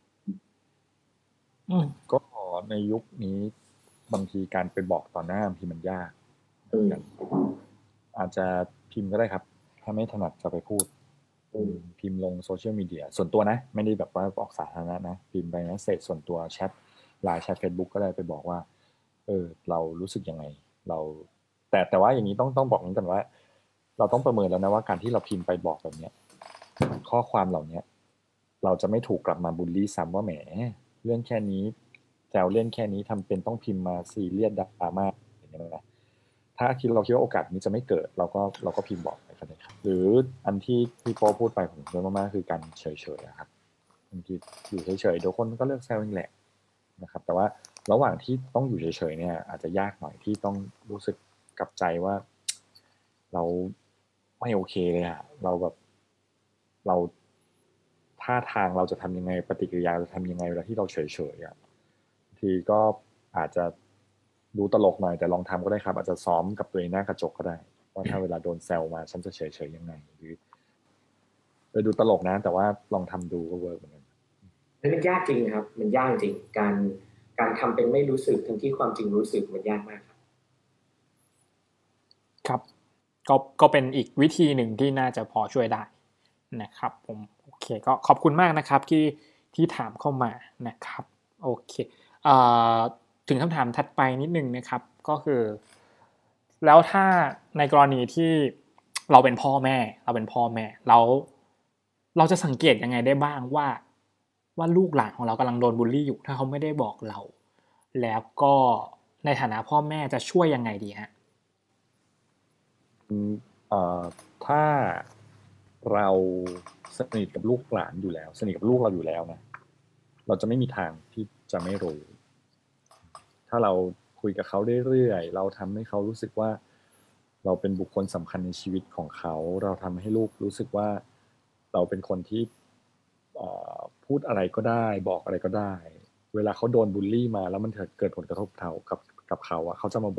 ำก็ในยุคนี้บางทีการไปบอกต่อหน้าบางทีมันยากอาจจะพิมพ์ก็ได้ครับถ้าไม่ถนัดจะไปพูดพิมพ์ลงโซเชียลมีเดียส่วนตัวนะไม่ได้แบบว่าออกสาธารณะนะพิมพ์ไปนะเสร็จส่วนตัวแชทไลน์แชท Facebook ก็ได้ไปบอกว่าเรารู้สึกยังไงเราแต่ว่าอย่างนี้ต้องบอกกันว่าเราต้องประเมินแล้วนะว่าการที่เราพิมพ์ไปบอกแบบนี้ข้อความเหล่านี้เราจะไม่ถูกกลับมาบูลลี่ซ้ำว่าแหมเรื่องแค่นี้แซวเล่นแค่นี้ทำเป็นต้องพิมพ์มาซีเรียสดราม่าอย่างนี้นะถ้าเราคิดว่าโอกาสนี้จะไม่เกิดเราก็พิมพ์บอกไปก็ได้ครับหรืออันที่พี่โป้พูดไปผมเยอะมากๆคือการเฉยๆครับบางทีอยู่เฉยๆเดี๋ยวคนก็เลิกแซวเองแหละนะครับแต่ว่าระหว่างที่ต้องอยู่เฉยๆเนี่ยอาจจะยากหน่อยที่ต้องรู้สึกกับใจว่าเราไม่โอเคเลยอะเราท่าทางเราจะทำยังไงปฏิกิริยาจะทำยังไงเวลาที่เราเฉยๆอ่ะทีก็อาจจะดูตลกหน่อยแต่ลองทำก็ได้ครับอาจจะซ้อมกับตัวเองหน้ากระจกก็ได้ว่าถ้าเวลาโดนแซวมาฉันจะเฉยๆยังไงหรือดูตลกนะแต่ว่าลองทำดูก็เวิร์กเหมือนกันมันยากจริงครับมันยากจริงการทำเป็นไม่รู้สึกทั้งที่ความจริงรู้สึกมันยากมากครับก็เป็นอีกวิธีหนึ่งที่น่าจะพอช่วยได้นะครับผมโอเคก็ขอบคุณมากนะครับที่ถามเข้ามานะครับโอเคถึงคำถามถัดไปนิดนึงนะครับก็คือแล้วถ้าในกรณีที่เราเป็นพ่อแม่เราจะสังเกตยังไงได้บ้างว่าลูกหลานของเรากำลังโดนบูลลี่อยู่ถ้าเขาไม่ได้บอกเราแล้วก็ในฐานะพ่อแม่จะช่วยยังไงดีฮะถ้าเราสนิทกับลูกหลานอยู่แล้วสนิทกับลูกเราอยู่แล้วนะเราจะไม่มีทางที่จะไม่รู้ถ้าเราคุยกับเขาเรื่อยๆเราทำให้เขารู้สึกว่าเราเป็นบุคคลสำคัญในชีวิตของเขาเราทำให้ลูกรู้สึกว่าเราเป็นคนที่พูดอะไรก็ได้บอกอะไรก็ได้เวลาเขาโดนบูลลี่มาแล้วมันเกิดผลกระทบกับเขาอะเขาจะมาบอก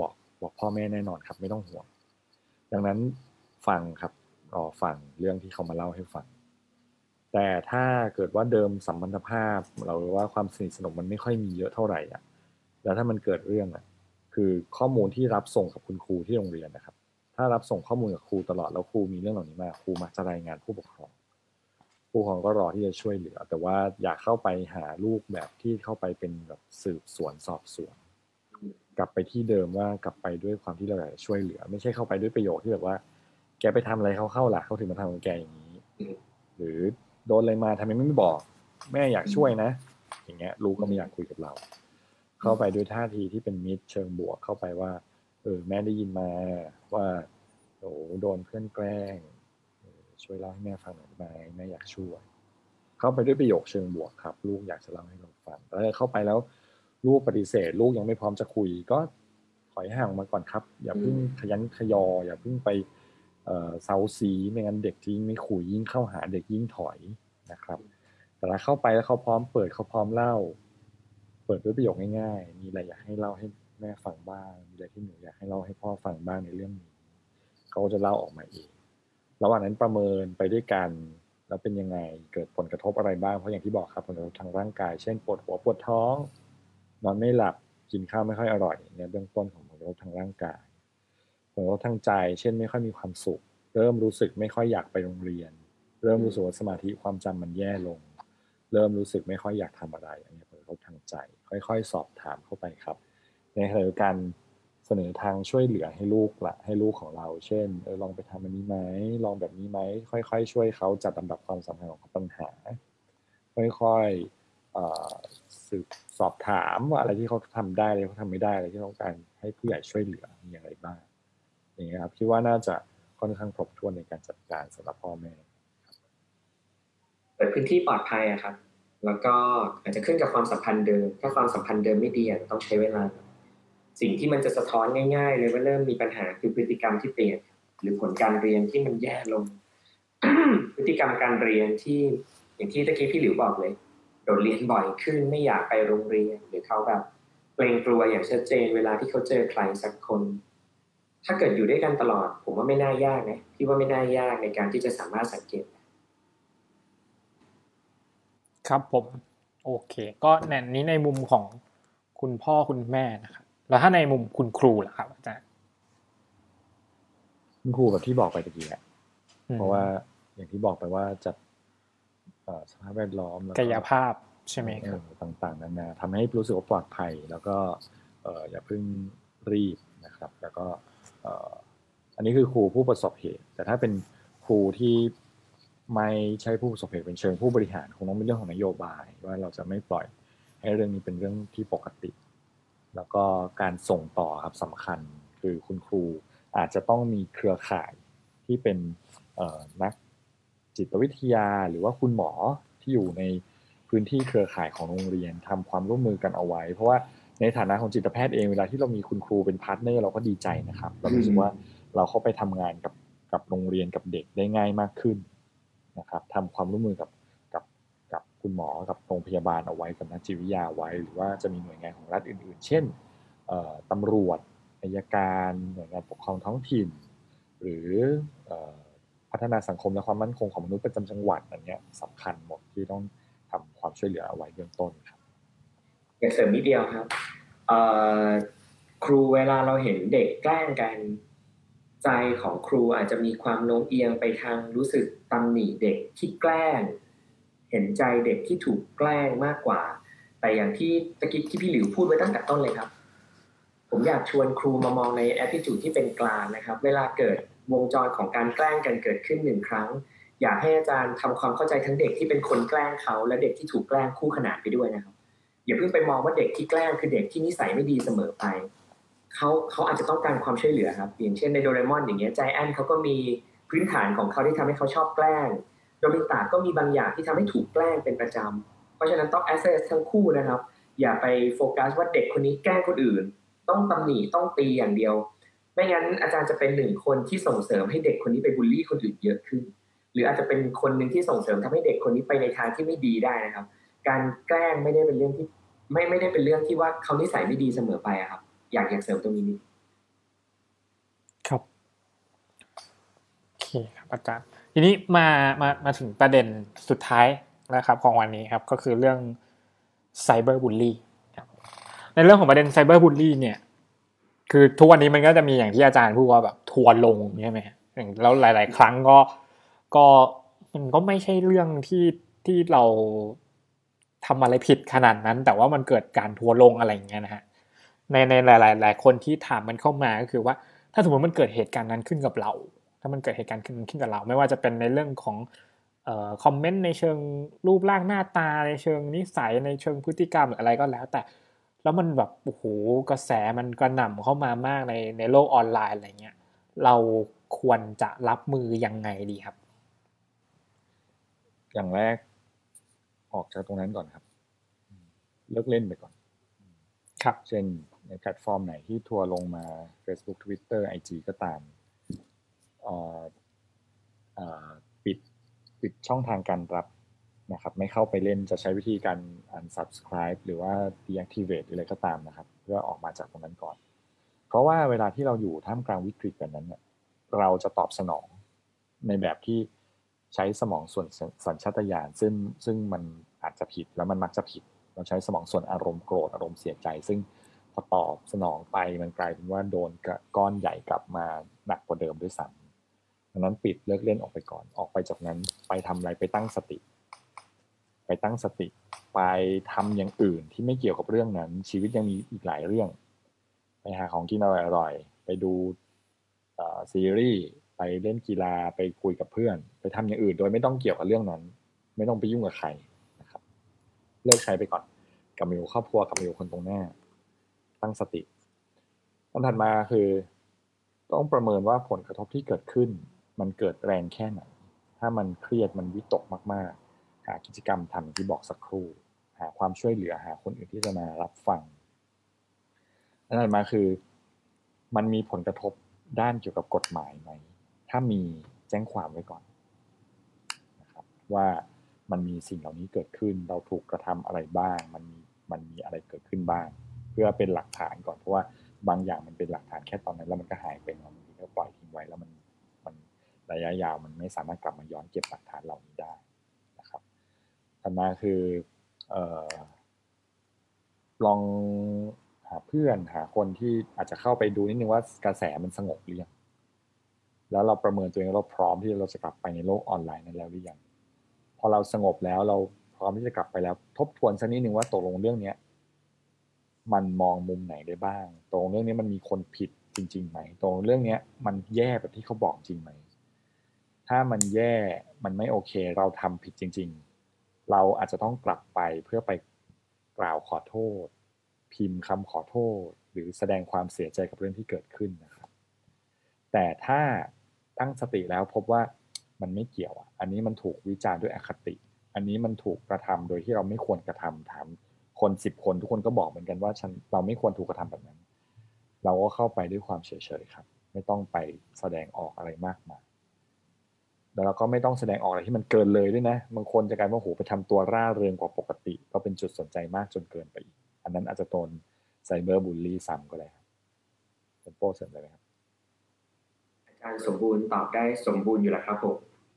บอกพ่อแม่แน่นอนครับไม่ต้องห่วงดังนั้นฟังครับรอฟังเรื่องที่เขามาเล่าให้ฟังแต่ถ้าเกิดว่าเดิมสัมพันธภาพเราว่าความสนิทสนมมันไม่ค่อยมีเยอะเท่าไหร่อ่ะแล้วถ้ามันเกิดเรื่องอ่ะคือข้อมูลที่รับส่งกับคุณครูที่โรงเรียนนะครับถ้ารับส่งข้อมูลกับครูตลอดแล้วครูมีเรื่องเหล่านี้มาครูมักจะรายงานผู้ปกครองผู้ปกครองก็รอที่จะช่วยเหลือแต่ว่าอย่าเข้าไปหาลูกแบบที่เข้าไปเป็นแบบสืบสวนสอบสวนกลับไปที่เดิมว่ากลับไปด้วยความที่เราอยากจะช่วยเหลือไม่ใช่เข้าไปด้วยประโยคที่แบบว่าแกไปทำอะไรเขาเข้าล่ะเขาถึงมาทำกับแกอย่างนี้หรือโดนอะไรมาทำไมไม่บอกแม่อยากช่วยนะอย่างเงี้ยลูกก็ไม่อยากคุยกับเราเข้าไปด้วยท่าทีที่เป็นมิตรเชิงบวกเข้าไปว่าแม่ได้ยินมาว่าโดนเพื่อนแกล้งช่วยเล่าให้แม่ฟังหน่อยไหมแม่อยากช่วยเข้าไปด้วยประโยคเชิงบวกครับลูกอยากจะเล่าให้เราฟังแต่ถ้าเข้าไปแล้วลูกปฏิเสธลูกยังไม่พร้อมจะคุยก็ถอยห่างมาก่อนครับอย่าเพิ่งขยันขยออย่าเพิ่งไปเซาซีไม่งั้นเด็กยิ่งไม่คุยยิ่งเข้าหาเด็กยิ่งถอยนะครับแต่ถ้าเข้าไปแล้วเขาพร้อมเปิดเขาพร้อมเล่าเปิดด้วยประโยคง่ายๆมีอะไรอยากให้เล่าให้แม่ฟังบ้างมีอะไรที่หนูอยากให้เล่าให้พ่อฟังบ้างในเรื่องนี้เขาจะเล่าออกมาเองระหว่างนั้นประเมินไปด้วยกันแล้วเป็นยังไงเกิดผลกระทบอะไรบ้างเพราะอย่างที่บอกครับผลกระทบทางร่างกายเช่นปวดหัวปวดท้องนอนไม่หลับกินข้าวไม่ค่อยอร่อยเนี่ยเบื้องต้นของผลกระทบทางร่างกายผลกระทบทางใจเช่นไม่ค่อยมีความสุขเริ่มรู้สึกไม่ค่อยอยากไปโรงเรียนเริ่มรู้สึกว่าสมาธิความจำมันแย่ลงเริ่มรู้สึกไม่ค่อยอยากทำอะไรอันนี้ผลกระทบทางใจค่อยๆสอบถามเข้าไปครับในขณะเดียวกันเสนอทางช่วยเหลือให้ลูกของเราเช่นลองไปทำอันนี้ไหมลองแบบนี้ไหมค่อยๆช่วยเขาจัดลำดับความสำคัญของปัญหาค่อยๆสืบสอบถามว่าอะไรที่เขาทำได้อะไรที่เขาทำไม่ได้อะไรที่ต้องการให้ผู้ใหญ่ช่วยเหลือมีอะไรบ้างอย่างนี้ครับคิดว่าน่าจะค่อนข้างครบถ้วนในการจัดการสำหรับพ่อแม่เปิดพื้นที่ปลอดภัยครับแล้วก็อาจจะขึ้นกับความสัมพันธ์เดิมถ้าความสัมพันธ์เดิมไม่ดีต้องใช้เวลาสิ่งที่มันจะสะท้อนง่ายๆเลยว่าเริ่มมีปัญหาคือพฤติกรรมที่เปลี่ยนหรือผลการเรียนที่มันแย่ลง พฤติกรรมการเรียนที่อย่างที่ตะกี้พี่หลิวบอกเลยโดดเรียนบ่อยขึ้นไม่อยากไปโรงเรียนหรือเขาแบบเกรงกลัวอย่างชัดเจนเวลาที่เขาเจอใครสักคนถ้าเกิดอยู่ด้วยกันตลอดผมว่าไม่น่ายากนะพี่ว่าไม่น่ายากในการที่จะสามารถสังเกตครับผมโอเคก็นี้ในมุมของคุณพ่อคุณแม่นะครับแล้วถ้าในมุมคุณครูล่ะครับอาจารย์คุณครูแบบที่บอกไปตะกี้เพราะว่าอย่างที่บอกไปว่าจัดสภาพแวดล้อมแล้วก็กายภาพใช่ไหมครับต่างๆนานาทำให้รู้สึกว่าปลอดภัยแล้วก็อย่าเพิ่งรีบนะครับแล้วก็อันนี้คือครูผู้ประสบเหตุแต่ถ้าเป็นครูที่ไม่ใช่ผู้ประสบเหตุเป็นเชิงผู้บริหารคงต้องเป็นเรื่องของนโยบายว่าเราจะไม่ปล่อยให้เรื่องนี้เป็นเรื่องที่ปกติแล้วก็การส่งต่อครับสำคัญคือคุณครูอาจจะต้องมีเครือข่ายที่เป็นนักจิตวิทยาหรือว่าคุณหมอที่อยู่ในพื้นที่เครือข่ายของโรงเรียนทำความร่วมมือกันเอาไว้เพราะว่าในฐานะของจิตแพทย์เองเวลาที่เรามีคุณครูเป็นพาร์ทเนอร์เราก็ดีใจนะครับเรารู้สึกว่าเราเข้าไปทำงานกับโรงเรียนกับเด็กได้ง่ายมากขึ้นนะครับทำความร่วมมือกับคุณหมอกับโรงพยาบาลเอาไว้กับนักจิตวิทยาไว้หรือว่าจะมีหน่วยงานของรัฐอื่นๆเช่นตำรวจอัยการหน่วยงานปกครองท้องถิ่นหรือพัฒนาสังคมและความมั่นคงของมนุษย์ประจำจังหวัดอันนี้สำคัญหมดที่ต้องทำความช่วยเหลือเอาไว้เบื้องต้นครับอยากเสริมนิดเดียวครับครูเวลาเราเห็นเด็กแกล้งกันใจของครูอาจจะมีความโน้มเอียงไปทางรู้สึกตำหนิเด็กที่แกล้งเห็นใจเด็กที่ถูกแกล้งมากกว่าแต่อย่างที่ตะกี้ที่พี่หลิวพูดไว้ตั้งแต่ต้นเลยครับผมอยากชวนครูมามองใน attitude ที่เป็นกลางนะครับเวลาเกิดวงจรของการแกล้งกันเกิดขึ้น1ครั้งอยากให้อาจารย์ทำความเข้าใจทั้งเด็กที่เป็นคนแกล้งเขาและเด็กที่ถูกแกล้งคู่ขนานไปด้วยนะครับอย่าเพิ่งไปมองว่าเด็กที่แกล้งคือเด็กที่นิสัยไม่ดีเสมอไปเขาอาจจะต้องการความช่วยเหลือครับอย่างเช่นในโดเรมอนอย่างเงี้ยใจแอนเขาก็มีพื้นฐานของเขาที่ทำให้เขาชอบแกล้งโดบิตะก็มีบางอย่างที่ทำให้ถูกแกล้งเป็นประจำเพราะฉะนั้นต้อง assess ทั้งคู่นะครับอย่าไปโฟกัสว่าเด็กคนนี้แกล้งคนอื่นต้องตำหนิต้องตีอย่างเดียวไม่งั้นอาจารย์จะเป็น1คนที่ส่งเสริมให้เด็กคนนี้ไปบูลลี่คนอื่นเยอะขึ้นหรืออาจจะเป็นคนนึงที่ส่งเสริมทำให้เด็กคนนี้ไปในทางที่ไม่ดีได้นะครับการแกล้งไม่ได้เป็นเรื่องที่ไม่ได้เป็นเรื่องที่ว่าเขานิสัยไม่ดีเสมอไปครับอยากเสริมตรงนี้นิดครับอาจารย์ทีนี้มาถึงประเด็นสุดท้ายนะครับของวันนี้ครับก็คือเรื่องไซเบอร์บูลลี่ครับในเรื่องของประเด็นไซเบอร์บูลลี่เนี่ยคือทุกวันนี้มันก็จะมีอย่างที่อาจารย์พูดว่าแบบทัวร์ลงใช่ไหมแล้วหลายๆครั้งก็มันก็ไม่ใช่เรื่องที่เราทำอะไรผิดขนาดนั้นแต่ว่ามันเกิดการทัวร์ลงอะไรอย่างเงี้ยนะฮะในหลายคนที่ถามมันเข้ามาก็คือว่าถ้าสมมติมันเกิดเหตุการณ์นั้นขึ้นกับเราถ้ามันเกิดเหตุการณ์ขึ้นกับเราไม่ว่าจะเป็นในเรื่องของคอมเมนต์ในเชิงรูปร่างหน้าตาในเชิงนิสัยในเชิงพฤติกรรมหรืออะไรก็แล้วแต่แล้วมันแบบโอ้โหกระแสมันกระหน่ำเข้ามามากในโลกออนไลน์อะไรเงี้ยเราควรจะรับมือยังไงดีครับอย่างแรกออกจากตรงนั้นก่อนครับเลิกเล่นไปก่อนครับเช่นในแพลตฟอร์มไหนที่ทัวร์ลงมา Facebook Twitter IG ก็ตามปิดช่องทางการรับนะครับไม่เข้าไปเล่นจะใช้วิธีการ unsubscribe หรือว่า deactivate อะไรก็ตามนะครับเพื่อออกมาจากตรงนั้นก่อนเพราะว่าเวลาที่เราอยู่ท่ามกลางวิกฤตแบบนั้นเนี่ยเราจะตอบสนองในแบบที่ใช้สมองส่วนสัญชาตญาณซึ่งมันอาจจะผิดแล้วมันมักจะผิดเราใช้สมองส่วนอารมณ์โกรธอารมณ์เสียใจซึ่งพอตอบสนองไปมันกลายเป็นว่าโดนก้อนใหญ่กลับมาหนักกว่าเดิมด้วยซ้ำดังนั้นปิดเลิกเล่นออกไปก่อนออกไปจากนั้นไปทำอะไรไปตั้งสติไปทำอย่างอื่นที่ไม่เกี่ยวกับเรื่องนั้นชีวิตยังมีอีกหลายเรื่องไปหาของกินอร่อยๆไปดูซีรีส์ไปเล่นกีฬาไปคุยกับเพื่อนไปทำอย่างอื่นโดยไม่ต้องเกี่ยวกับเรื่องนั้นไม่ต้องไปยุ่งกับใครนะครับเลิกใช้ไปก่อนกับมิวครอบครัวกับมิวคนตรงหน้าตั้งสติอันถัดมาคือต้องประเมินว่าผลกระทบที่เกิดขึ้นมันเกิดแรงแค่ไหนถ้ามันเครียดมันวิตกมากๆหากิจกรรมทำที่บอกสักครู่หาความช่วยเหลือหาคนอื่นที่จะมารับฟังอันถัดมาคือมันมีผลกระทบด้านเกี่ยวกับกฎหมายไหมถ้ามีแจ้งความไว้ก่อนนะครับว่ามันมีสิ่งเหล่านี้เกิดขึ้นเราถูกกระทำอะไรบ้างมันมีอะไรเกิดขึ้นบ้างเพื่อเป็นหลักฐานก่อนเพราะว่าบางอย่างมันเป็นหลักฐานแค่ตอนนั้นแล้วมันก็หายไปบางทีก็ปล่อยทิ้งไว้แล้วมันระยะยาวมันไม่สามารถกลับมาย้อนเก็บหลักฐานเหล่านี้ได้นะครับถัดมาคือลองหาเพื่อนหาคนที่อาจจะเข้าไปดูนิดนึงว่ากระแสมันสงบหรือยังแล้วเราประเมินตัวเองเราพร้อมที่เราจะกลับไปในโลกออนไลน์นั้นแล้วหรือยังพอเราสงบแล้วเราพร้อมที่จะกลับไปแล้วทบทวนสักนิดนึงว่าตกลงเรื่องนี้มันมองมุมไหนได้บ้างตรงเรื่องนี้มันมีคนผิดจริงๆไหมตรงเรื่องนี้มันแย่แบบที่เขาบอกจริงไหมถ้ามันแย่มันไม่โอเคเราทำผิดจริงๆเราอาจจะต้องกลับไปเพื่อไปกล่าวขอโทษพิมพ์คำขอโทษหรือแสดงความเสียใจกับเรื่องที่เกิดขึ้นนะครับแต่ถ้าตั้งสติแล้วพบว่ามันไม่เกี่ยวอันนี้มันถูกวิจารณ์ด้วยอคติอันนี้มันถูกกระทำโดยที่เราไม่ควรกระทำถามคน10 คนทุกคนก็บอกเหมือนกันว่าเราไม่ควรถูกกระทำแบบนั้นเราก็เข้าไปด้วยความเฉยๆครับไม่ต้องไปแสดงออกอะไรมากมายแล้วเราก็ไม่ต้องแสดงออกอะไรที่มันเกินเลยด้วยนะบางคนจะกลายว่าโหไปทำตัวร่าเริงกว่าปกติก็เป็นจุดสนใจมากจนเกินไปอีกอันนั้นอาจจะโดนไซเบอร์บูลลี่ซ้ำก็ได้ครับเป็นโป้เสริมเลยไหมครับอาจารย์สมบูรณ์ตอบได้สมบูรณ์อยู่แล้วครับผม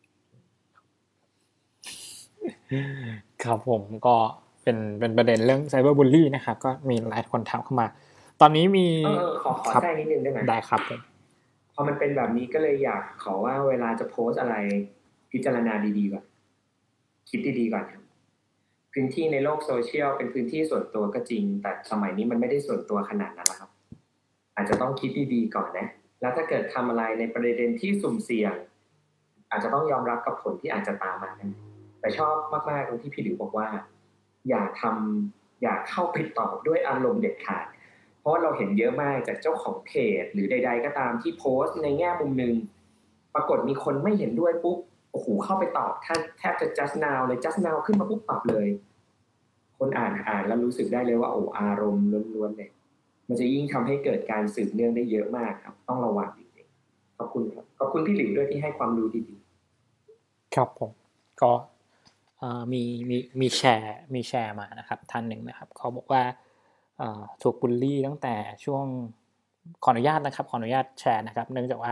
ครับผมก็เป็นประเด็นเรื่องไซเบอร์บูลลี่นะครับก็มีหลายคนถามเข้ามาตอนนี้มีขอแทรกนิดนึงได้ไหมได้ครับผมพอมันเป็นแบบนี้ก็เลยอยากขอว่าเวลาจะโพสอะไรพิจารณาดีๆก่อนคิดดีๆก่อนครับพื้นที่ในโลกโซเชียลเป็นพื้นที่ส่วนตัวก็จริงแต่สมัยนี้มันไม่ได้ส่วนตัวขนาดนั้นแล้วครับอาจจะต้องคิดดีๆก่อนนะแล้วถ้าเกิดทำอะไรในประเด็นที่สุ่มเสี่ยงอาจจะต้องยอมรับกับผลที่อาจจะตามมาแต่ชอบมากๆตรงที่พี่หลิวบอกว่าอย่าเข้าไปตอบด้วยอารมณ์เด็ดขาดเพราะเราเห็นเยอะมากจากเจ้าของเพจหรือใดๆก็ตามที่โพสต์ในแง่มุมนึงปรากฏมีคนไม่เห็นด้วยปุ๊บโอ้โหเข้าไปตอบแทบจะ just now เลย just now ขึ้นมาปุ๊บตอบเลยคนอ่านแล้วรู้สึกได้เลยว่าโอ้อารมณ์ล้วนๆเลยมันจะยิ่งทำให้เกิดการสืบเนื่องได้เยอะมากครับต้องระวังจริงๆขอบคุณครับขอบคุณพี่หลิวด้วยที่ให้ความรู้ดีๆครับผมก็มีแชร์มานะครับท่านหนึ่งนะครับเขาบอกว่าถูกบูลลี่ตั้งแต่ช่วงขออนุญาตนะครับขออนุญาตแชร์นะครับเนื่องจากว่าเ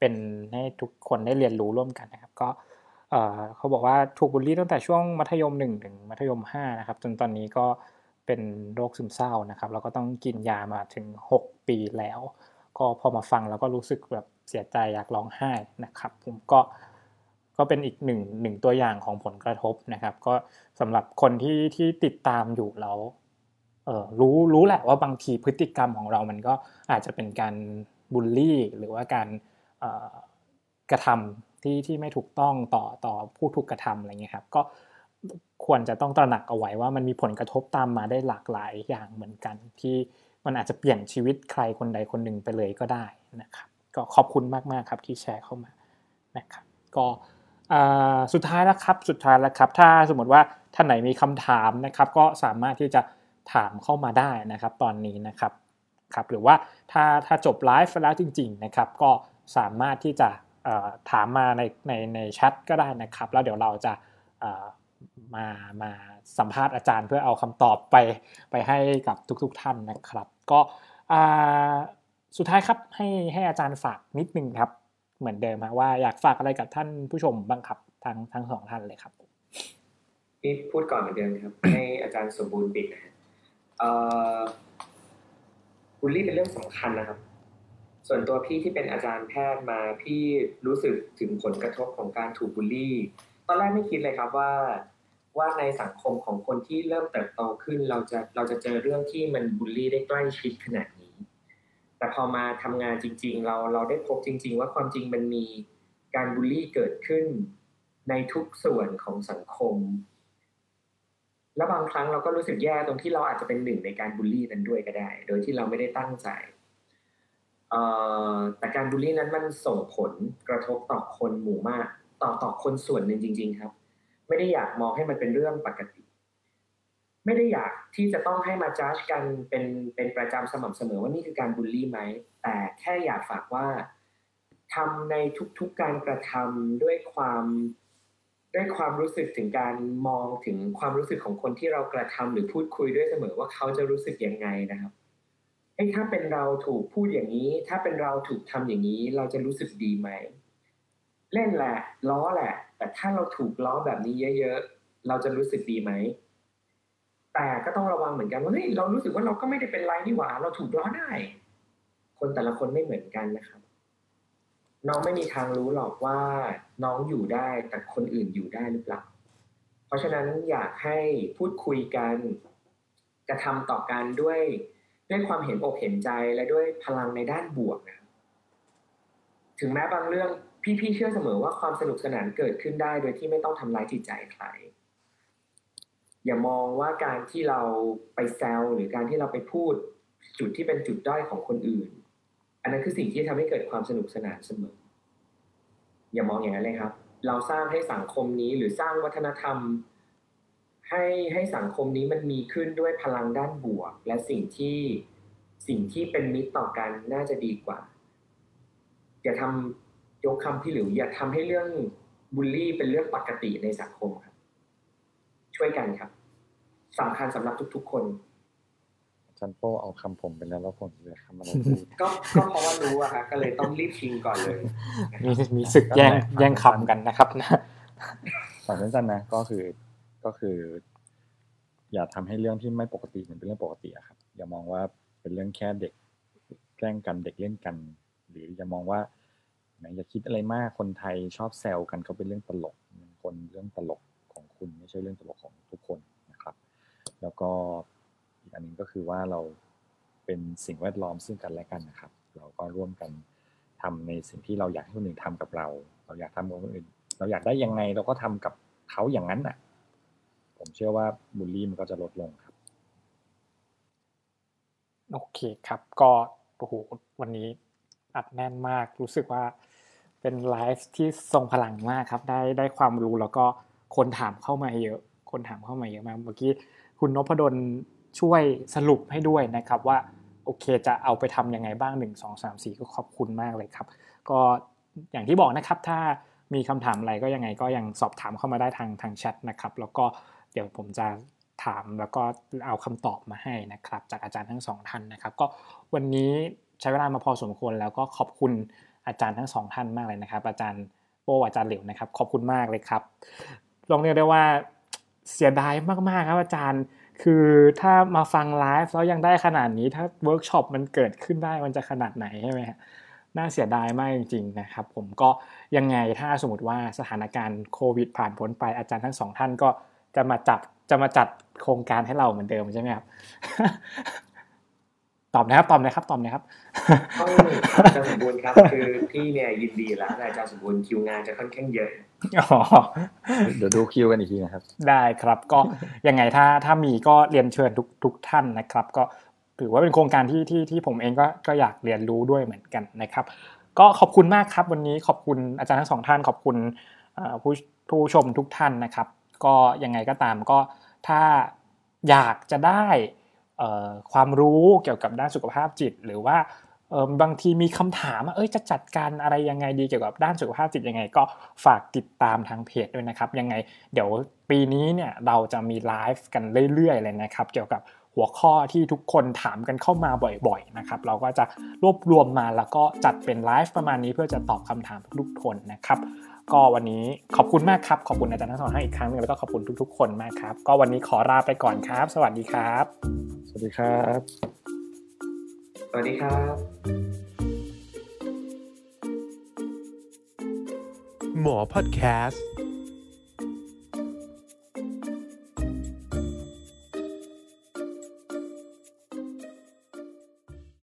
เป็นให้ทุกคนได้เรียนรู้ร่วมกันนะครับก็เขาบอกว่าถูกบูลลี่ตั้งแต่ช่วงมัธยม1ถึงมัธยม5นะครับจนตอนนี้ก็เป็นโรคซึมเศร้านะครับแล้วก็ต้องกินยามาถึง6ปีแล้วก็พอมาฟังแล้วก็รู้สึกแบบเสียใจอยากร้องไห้นะครับผมก็เป็นอีกหนึ่งตัวอย่างของผลกระทบนะครับก็สำหรับคนที่ติดตามอยู่แล้วรู้แหละว่าบางทีพฤติกรรมของเรามันก็อาจจะเป็นการบูลลี่หรือว่าการกระทำที่ไม่ถูกต้องต่อผู้ถูกกระทำอะไรเงี้ยครับก็ควรจะต้องตระหนักเอาไว้ว่ามันมีผลกระทบตามมาได้หลากหลายอย่างเหมือนกันที่มันอาจจะเปลี่ยนชีวิตใครคนใดคนหนึ่งไปเลยก็ได้นะครับก็ขอบคุณมากๆครับที่แชร์เข้ามานะครับก็สุดท้ายแล้วครับถ้าสมมติว่าท่านไหนมีคำถามนะครับก็สามารถที่จะถามเข้ามาได้นะครับตอนนี้นะครับหรือว่าถ้าจบไลฟ์แล้วจริงๆนะครับก็สามารถที่จะถามมาในแชทก็ได้นะครับแล้วเดี๋ยวเราจะมาสัมภาษณ์อาจารย์เพื่อเอาคำตอบไปให้กับทุกท่านนะครับก็สุดท้ายครับให้อาจารย์ฝากนิดนึงครับเหมือนเดิมว่าอยากฝากอะไรกับท่านผู้ชมบ้างครับทั้งสองท่านเลยครับพี่พูดก่อนเหมือนเดิมครับ ให้อาจารย์สมบูรณ์ปิดนะบูลลี่เป็นเรื่องสำคัญนะครับส่วนตัวพี่ที่เป็นอาจารย์แพทย์มาพี่รู้สึกถึงผลกระทบของการถูกบูลลี่ตอนแรกไม่คิดเลยครับว่าในสังคมของคนที่เริ่มเติบโตขึ้นเราจะเจอเรื่องที่มันบูลลี่ได้ใกล้ชิดขนาดนี้แต่พอมาทำงานจริงๆเราได้พบจริงๆว่าความจริงมันมีการบูลลี่เกิดขึ้นในทุกส่วนของสังคมและบางครั้งเราก็รู้สึกแย่ตรงที่เราอาจจะเป็นหนึ่งในการบูลลี่นั้นด้วยก็ได้โดยที่เราไม่ได้ตั้งใจแต่การบูลลี่นั้นมันส่งผลกระทบต่อคนหมู่มากต่อคนส่วนหนึ่งจริงๆครับไม่ได้อยากมองให้มันเป็นเรื่องปกติไม่ได้อยากที่จะต้องให้มาจัดกันเป็นประจำสม่ำเสมอว่านี่คือการบูลลี่ไหมแต่แค่อยากฝากว่าทำในทุกๆการกระทำด้วยความรู้สึกถึงการมองถึงความรู้สึกของคนที่เรากระทำหรือพูดคุยด้วยเสมอว่าเขาจะรู้สึกยังไงนะครับถ้าเป็นเราถูกพูดอย่างนี้ถ้าเป็นเราถูกทำอย่างนี้เราจะรู้สึกดีไหมเล่นแหละล้อแหละแต่ถ้าเราถูกล้อแบบนี้เยอะๆเราจะรู้สึกดีไหมแต่ก็ต้องระวังเหมือนกันว่าเฮ้ยเรารู้สึกว่าเราก็ไม่ได้เป็นไรนี่หว่าเราถูกล้อได้คนแต่ละคนไม่เหมือนกันนะครับน้องไม่มีทางรู้หรอกว่าน้องอยู่ได้แต่คนอื่นอยู่ได้หรือเปล่าเพราะฉะนั้นอยากให้พูดคุยกันกระทำต่อกันด้วยความเห็นอกเห็นใจและด้วยพลังในด้านบวกนะถึงแม้บางเรื่องพี่เชื่อเสมอว่าความสนุกสนานเกิดขึ้นได้โดยที่ไม่ต้องทำร้ายจิตใจใครอย่ามองว่าการที่เราไปแซวหรือการที่เราไปพูดจุดที่เป็นจุดด้อยของคนอื่นอันนั้นคือสิ่งที่ทำให้เกิดความสนุกสนานเสมออย่ามองอย่างนั้นเลยครับเราสร้างให้สังคมนี้หรือสร้างวัฒนธรรมให้สังคมนี้มันมีขึ้นด้วยพลังด้านบวกและสิ่งที่เป็นมิตรต่อกันน่าจะดีกว่าอย่าทำยกคำพี่หลิวอย่าทำให้เรื่องบูลลี่เป็นเรื่องปกติในสังคมครับช่วยกันครับสำคัญสำหรับทุกๆคนอาจารย์โป้เอาคำผมไปแล้วผมเหลือคำอะไรก็เพราะว่ารู้อะครับก็เลยต้องรีบชิงก่อนเลยมีศึกแย่งคำกันนะครับนะสั้นๆนะก็คืออย่าทำให้เรื่องที่ไม่ปกติมันเป็นเรื่องปกติอะครับอย่ามองว่าเป็นเรื่องแค่เด็กแกล้งกันเด็กเล่นกันหรืออย่ามองว่าอย่าคิดอะไรมากคนไทยชอบแซวกันเขาเป็นเรื่องตลกคนเรื่องตลกของคุณไม่ใช่เรื่องตลกของทุกคนนะครับแล้วก็อีกอันนึงก็คือว่าเราเป็นสิ่งแวดล้อมซึ่งกันและกันนะครับเราก็ร่วมกันทำในสิ่งที่เราอยากให้คนอื่นทำกับเราอยากทำกับคนอื่นเราอยากได้ยังไงเราก็ทำกับเขาอย่างนั้นน่ะผมเชื่อว่าบูลลี่มันก็จะลดลงครับโอเคครับก็โอ้โหวันนี้อัดแน่นมากรู้สึกว่าเป็นไลฟ์ที่ทรงพลังมากครับได้ความรู้แล้วก็คนถามเข้ามาเยอะมากเมื่อกี้คุณนพดลช่วยสรุปให้ด้วยนะครับว่าโอเคจะเอาไปทำยังไงบ้าง1 2 3 4ก็ขอบคุณมากเลยครับก็อย่างที่บอกนะครับถ้ามีคำถามอะไรก็ยังสอบถามเข้ามาได้ทางแชทนะครับแล้วก็เดี๋ยวผมจะถามแล้วก็เอาคำตอบมาให้นะครับจากอาจารย์ทั้งสองท่านนะครับก็วันนี้ใช้เวลามาพอสมควรแล้วก็ขอบคุณอาจารย์ทั้ง2ท่านมากเลยนะครับอาจารย์โป้อาจารย์หลิวนะครับขอบคุณมากเลยครับลองเรียกได้ว่าเสียดายมากๆครับอาจารย์คือถ้ามาฟังไลฟ์แล้วยังได้ขนาดนี้ถ้าเวิร์กช็อปมันเกิดขึ้นได้มันจะขนาดไหนใช่ไหมฮะน่าเสียดายมากจริงๆนะครับผมก็ยังไงถ้าสมมติว่าสถานการณ์โควิดผ่านพ้นไปอาจารย์ทั้ง2ท่านก็จะมาจัดโครงการให้เราเหมือนเดิมใช่ไหมครับ ตอบนะครับต้องอาจารย์สมบูรณ์ครับคือพี่เนี่ยยินดีแล้วอาจารย์สมบูรณ์คิวงานจะค่อนข้างเยอะเดี๋ยวดูคิวกันอีกทีนะครับได้ครับก็ยังไงถ้ามีก็เรียนเชิญทุกท่านนะครับก็ถือว่าเป็นโครงการที่ผมเองก็อยากเรียนรู้ด้วยเหมือนกันนะครับก็ขอบคุณมากครับวันนี้ขอบคุณอาจารย์ทั้ง2ท่านขอบคุณผู้ชมทุกท่านนะครับก็ยังไงก็ตามก็ถ้าอยากจะได้ความรู้เกี่ยวกับด้านสุขภาพจิตหรือว่าบางทีมีคำถามว่าจะจัดการอะไรยังไงดีเกี่ยวกับด้านสุขภาพจิตยังไงก็ฝากติดตามทางเพจด้วยนะครับยังไงเดี๋ยวปีนี้เนี่ยเราจะมีไลฟ์กันเรื่อยๆเลยนะครับเกี่ยวกับหัวข้อที่ทุกคนถามกันเข้ามาบ่อยๆนะครับเราก็จะรวบรวมมาแล้วก็จัดเป็นไลฟ์ประมาณนี้เพื่อจะตอบคำถามทุกคนนะครับก็วันนี้ขอบคุณมากครับขอบคุณอาจารย์ทั้งสองท่านอีกครั้งนึงแล้วก็ขอบคุณทุกๆคนมากครับก็วันนี้ขอลาไปก่อนครับสวัสดีครับสวัสดีครับสวัสดีครับหมอพอดแคสต์